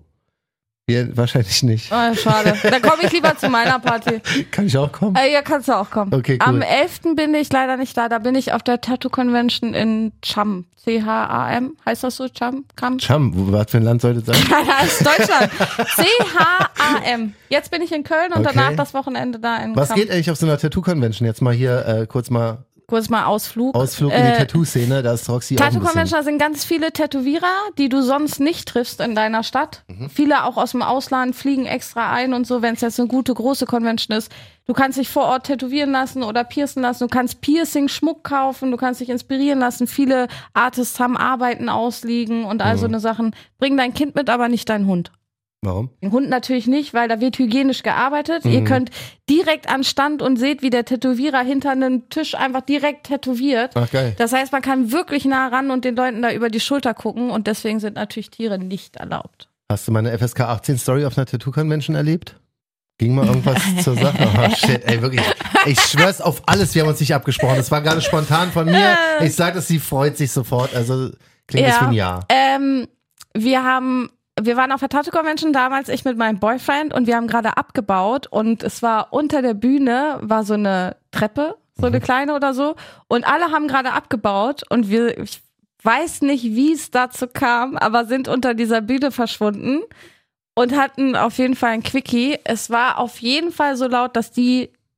Wir wahrscheinlich nicht. Oh, schade. Dann komme ich lieber zu meiner Party. Kann ich auch kommen? Äh, ja, kannst du auch kommen. Okay, cool. Am elften bin ich leider nicht da. Da bin ich auf der Tattoo Convention in Cham. C H A M. Heißt das so? Cham? Cham? Cham, wo- was für ein Land sollte es sein? Das ist Deutschland. C H A M. Jetzt bin ich in Köln und Okay. danach das Wochenende da in Was Cham. geht eigentlich auf so einer Tattoo-Convention? Jetzt mal hier äh, kurz mal Kurz mal Ausflug. Ausflug in die Äh, Tattoo-Szene. Da ist Roxy auch ein Tattoo bisschen. Convention, da sind ganz viele Tätowierer, die du sonst nicht triffst in deiner Stadt. Mhm. Viele auch aus dem Ausland fliegen extra ein und so, wenn es jetzt eine gute, große Convention ist. Du kannst dich vor Ort tätowieren lassen oder piercen lassen. Du kannst Piercing, Schmuck kaufen. Du kannst dich inspirieren lassen. Viele Artists haben Arbeiten ausliegen und all so Mhm. eine Sachen. Bring dein Kind mit, aber nicht deinen Hund. Warum? Den Hund natürlich nicht, weil da wird hygienisch gearbeitet. Ihr Mhm. könnt direkt an Stand und seht, wie der Tätowierer hinter einem Tisch einfach direkt tätowiert. Ach, geil. Das heißt, man kann wirklich nah ran und den Leuten da über die Schulter gucken und deswegen sind natürlich Tiere nicht erlaubt. Hast du mal eine F S K achtzehn Story auf einer Tattoo-Convention erlebt? Ging mal irgendwas zur Sache? Oh shit, ey, wirklich. Ich schwör's auf alles, wir haben uns nicht abgesprochen. Das war gerade spontan von mir. Ich sag es, sie freut sich sofort. Also klingt das wie ein Ja. Ähm, wir haben, wir waren auf der Tattoo Convention damals, ich mit meinem Boyfriend und wir haben gerade abgebaut und es war unter der Bühne, war so eine Treppe, so eine kleine oder so und alle haben gerade abgebaut und wir, ich weiß nicht, wie es dazu kam, aber sind unter dieser Bühne verschwunden und hatten auf jeden Fall ein Quickie. Es war auf jeden Fall so laut, dass die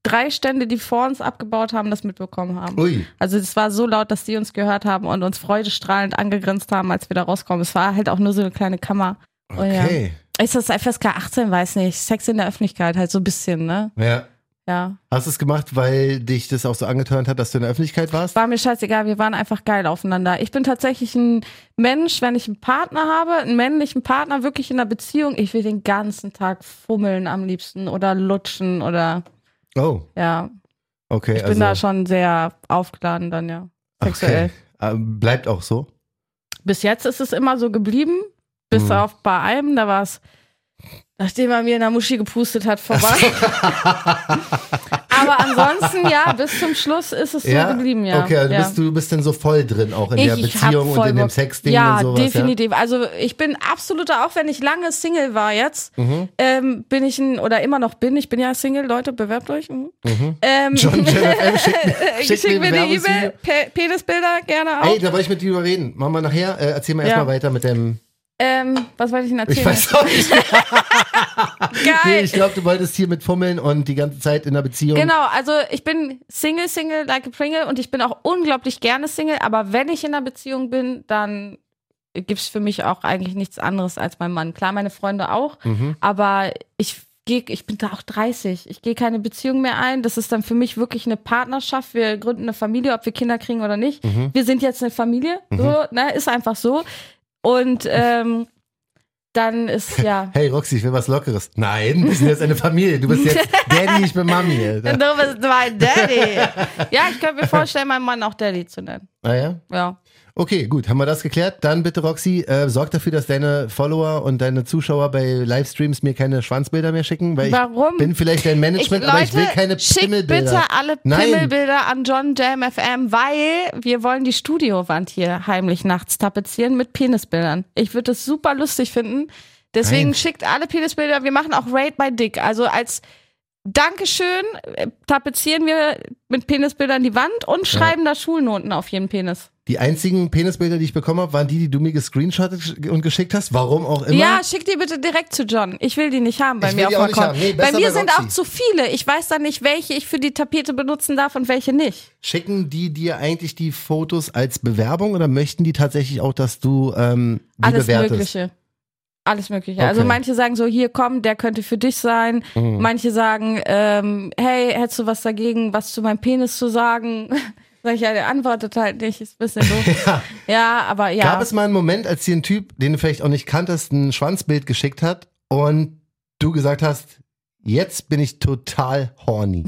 drei Stände, die vor uns abgebaut haben, das mitbekommen haben. Ui. Also es war so laut, dass die uns gehört haben und uns freudestrahlend angegrinst haben, als wir da rauskommen. Es war halt auch nur so eine kleine Kammer. Okay. Oh, ja. Ist das F S K achtzehn, weiß nicht. Sex in der Öffentlichkeit, halt so ein bisschen, ne? Ja. Ja. Hast du es gemacht, weil dich das auch so angeturnt hat, dass du in der Öffentlichkeit warst? War mir scheißegal, wir waren einfach geil aufeinander. Ich bin tatsächlich ein Mensch, wenn ich einen Partner habe, einen männlichen Partner, wirklich in einer Beziehung, ich will den ganzen Tag fummeln am liebsten oder lutschen oder Oh. ja. Okay. Ich bin also, da schon sehr aufgeladen dann, ja. Sexuell. Okay. Bleibt auch so? Bis jetzt ist es immer so geblieben, bis Mhm. auf bei einem, da war es, nachdem er mir in der Muschi gepustet hat, vorbei. Aber ansonsten, ja, bis zum Schluss ist es so Ja? geblieben, ja. Okay, also ja. bist du bist denn so voll drin, auch in Ich- der ich hab Beziehung und voll in dem Bock. Sexding ja, und sowas? definitiv. Also ich bin absoluter, auch wenn ich lange Single war jetzt, Mhm. ähm, bin ich ein, oder immer noch bin, ich bin ja Single, Leute, bewerbt euch. Mhm. Mhm. Ähm, John J F M, schick, mir- schick Schick mir ein eine Werbungsvideo. E-Mail, Pe- Penisbilder gerne auch. Ey, da wollte ich mit dir drüber reden. Machen wir nachher. Äh, erzähl mal Ja. erstmal weiter mit dem. Ähm, was wollte ich denn erzählen? Ich weiß auch nicht. Nee, Geil. ich glaube, du wolltest hier mit Fummeln und die ganze Zeit in der Beziehung. Genau, also ich bin Single, Single, like a Pringle und ich bin auch unglaublich gerne Single, aber wenn ich in einer Beziehung bin, dann gibt's für mich auch eigentlich nichts anderes als mein Mann. Klar, meine Freunde auch, Mhm. aber ich gehe, ich bin da auch dreißig. Ich gehe keine Beziehung mehr ein. Das ist dann für mich wirklich eine Partnerschaft. Wir gründen eine Familie, ob wir Kinder kriegen oder nicht. Mhm. Wir sind jetzt eine Familie, so, ne, ist einfach so. Und ähm, dann ist, ja. Hey Roxy, ich will was Lockeres. Nein, wir sind jetzt eine Familie. Du bist jetzt Daddy, ich bin Mami. Alter. Du bist mein Daddy. Ja, ich könnte mir vorstellen, meinen Mann auch Daddy zu nennen. Ah ja? Ja. Okay, gut, haben wir das geklärt. Dann bitte, Roxy, äh, sorg dafür, dass deine Follower und deine Zuschauer bei Livestreams mir keine Schwanzbilder mehr schicken, weil Warum? ich bin vielleicht dein Management, Ich, aber Leute, ich will keine schickt Pimmelbilder. bitte alle Nein. Pimmelbilder an John Jam F M, weil wir wollen die Studiowand hier heimlich nachts tapezieren mit Penisbildern. Ich würde das super lustig finden. Deswegen Nein. schickt alle Penisbilder. Wir machen auch Raid by Dick. Also als Dankeschön äh, tapezieren wir mit Penisbildern die Wand und schreiben da Schulnoten auf jeden Penis. Die einzigen Penisbilder, die ich bekommen habe, waren die, die du mir gescreenshottet und geschickt hast. Warum auch immer. Ja, schick die bitte direkt zu John. Ich will die nicht haben bei Ich mir will auf die dem auch nicht Account. haben. Nee, bei besser mir bei sind Roxy. auch zu viele. Ich weiß dann nicht, welche ich für die Tapete benutzen darf und welche nicht. Schicken die dir eigentlich die Fotos als Bewerbung oder möchten die tatsächlich auch, dass du ähm, die Alles bewertest? Mögliche. Alles Mögliche. Okay. Also manche sagen so, hier komm, der könnte für dich sein. Mhm. Manche sagen, ähm, hey, hättest du was dagegen, was zu meinem Penis zu sagen? Sag ich, ja, der antwortet halt nicht, ist ein bisschen doof. Ja. Ja, aber ja. Gab es mal einen Moment, als dir ein Typ, den du vielleicht auch nicht kanntest, ein Schwanzbild geschickt hat und du gesagt hast, jetzt bin ich total horny.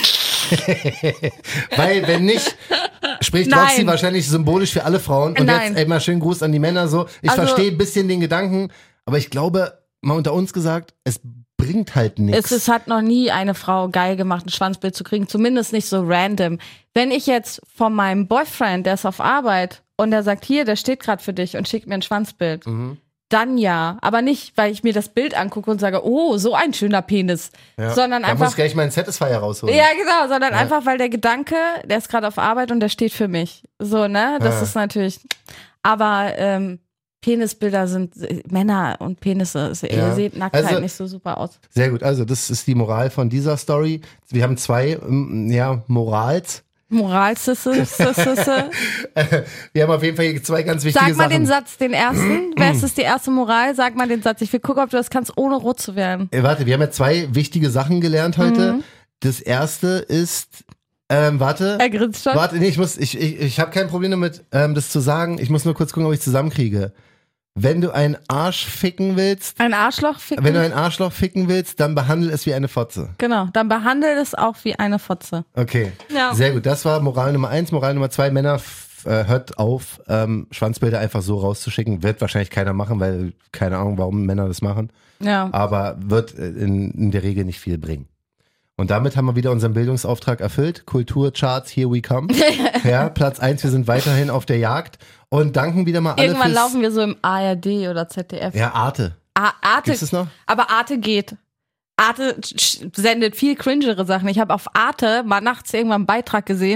Weil wenn nicht, spricht Nein. Roxy wahrscheinlich symbolisch für alle Frauen. Und Nein. jetzt ey, mal schönen Gruß an die Männer so. Ich Also- verstehe ein bisschen den Gedanken, aber ich glaube, mal unter uns gesagt, es bringt halt nichts. Es, es hat noch nie eine Frau geil gemacht, ein Schwanzbild zu kriegen, zumindest nicht so random. Wenn ich jetzt von meinem Boyfriend, der ist auf Arbeit und der sagt, hier, der steht gerade für dich und schickt mir ein Schwanzbild, Mhm. dann ja. Aber nicht, weil ich mir das Bild angucke und sage, oh, so ein schöner Penis. Ja. Sondern da muss einfach, ich gleich meinen Satisfier rausholen. ja genau, sondern Ja. einfach, weil der Gedanke, der ist gerade auf Arbeit und der steht für mich. So, ne, das Ja. ist natürlich, aber ähm, Penisbilder sind, Männer und Penisse, Ja. ihr seht Nacktheit Also- nicht so super aus. Sehr gut, also das ist die Moral von dieser Story. Wir haben zwei, ähm, ja, Morals. Moralsisse, Sisse. Wir haben auf jeden Fall hier zwei ganz wichtige Sag mal Sachen. den Satz, den ersten. Wer ist das die erste Moral? Sag mal den Satz. Ich will gucken, ob du das kannst, ohne rot zu werden. Äh, warte, wir haben ja zwei wichtige Sachen gelernt heute. Mhm. Das erste ist, ähm, warte, Er grinst schon. warte, nee, ich muss, ich, ich, ich habe kein Problem damit, ähm, das zu sagen. Ich muss nur kurz gucken, ob ich zusammenkriege. Wenn du einen Arsch ficken willst, Ein Arschloch ficken. wenn du ein Arschloch ficken willst, dann behandle es wie eine Fotze. Genau, dann behandelt es auch wie eine Fotze. Okay, Ja. sehr gut. Das war Moral Nummer eins. Moral Nummer zwei, Männer, f- äh, hört auf, ähm, Schwanzbilder einfach so rauszuschicken. Wird wahrscheinlich keiner machen, weil keine Ahnung, warum Männer das machen. Ja. Aber wird äh, in, in der Regel nicht viel bringen. Und damit haben wir wieder unseren Bildungsauftrag erfüllt. Kulturcharts, here we come. Ja, Platz eins, wir sind weiterhin auf der Jagd und danken wieder mal alle Irgendwann fürs... laufen wir so im A R D oder Z D F. Ja, Arte. A Arte, Gibt's das noch? aber Arte geht. Arte sch- sendet viel cringere Sachen. Ich habe auf Arte mal nachts irgendwann einen Beitrag gesehen.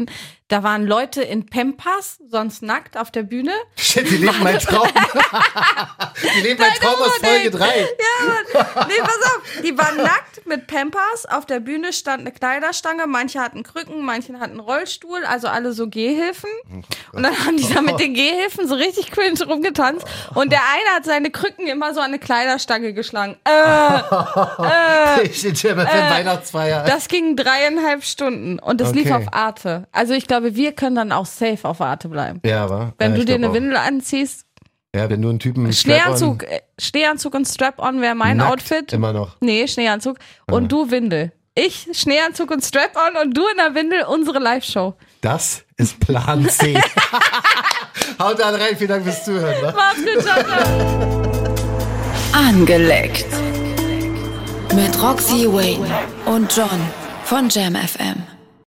Da waren Leute in Pampers, sonst nackt auf der Bühne. Shit, die leben mein Traum. Die leben mein Traum aus Folge drei. Ja, Mann. Nee, pass auf. Die waren nackt mit Pampers. Auf der Bühne stand eine Kleiderstange. Manche hatten Krücken, manche hatten einen Rollstuhl. Also alle so Gehhilfen. Und dann haben die da mit den Gehhilfen so richtig cringe rumgetanzt. Und der eine hat seine Krücken immer so an eine Kleiderstange geschlagen. Äh, äh, Ich in Jam F M äh, Weihnachtsfeier. Das ging dreieinhalb Stunden. Und das Okay. lief auf Arte. Also ich glaube, wir können dann auch safe auf Arte bleiben. Ja, aber. Wenn ja, du ich dir glaub eine auch. Windel anziehst, Ja, wenn du einen Typen. Schneeanzug, äh, Schneeanzug und Strap-on wäre mein Nackt, Outfit. Immer noch. Nee, Schneeanzug. Und Ah. du Windel. Ich, Schneeanzug und Strap-on und du in der Windel, unsere Live-Show. Das ist Plan C. Haut da rein, vielen Dank fürs Zuhören. Ne? Mach's gut, ciao. Angeleckt. Mit Roxy Wayne und John von Jam F M.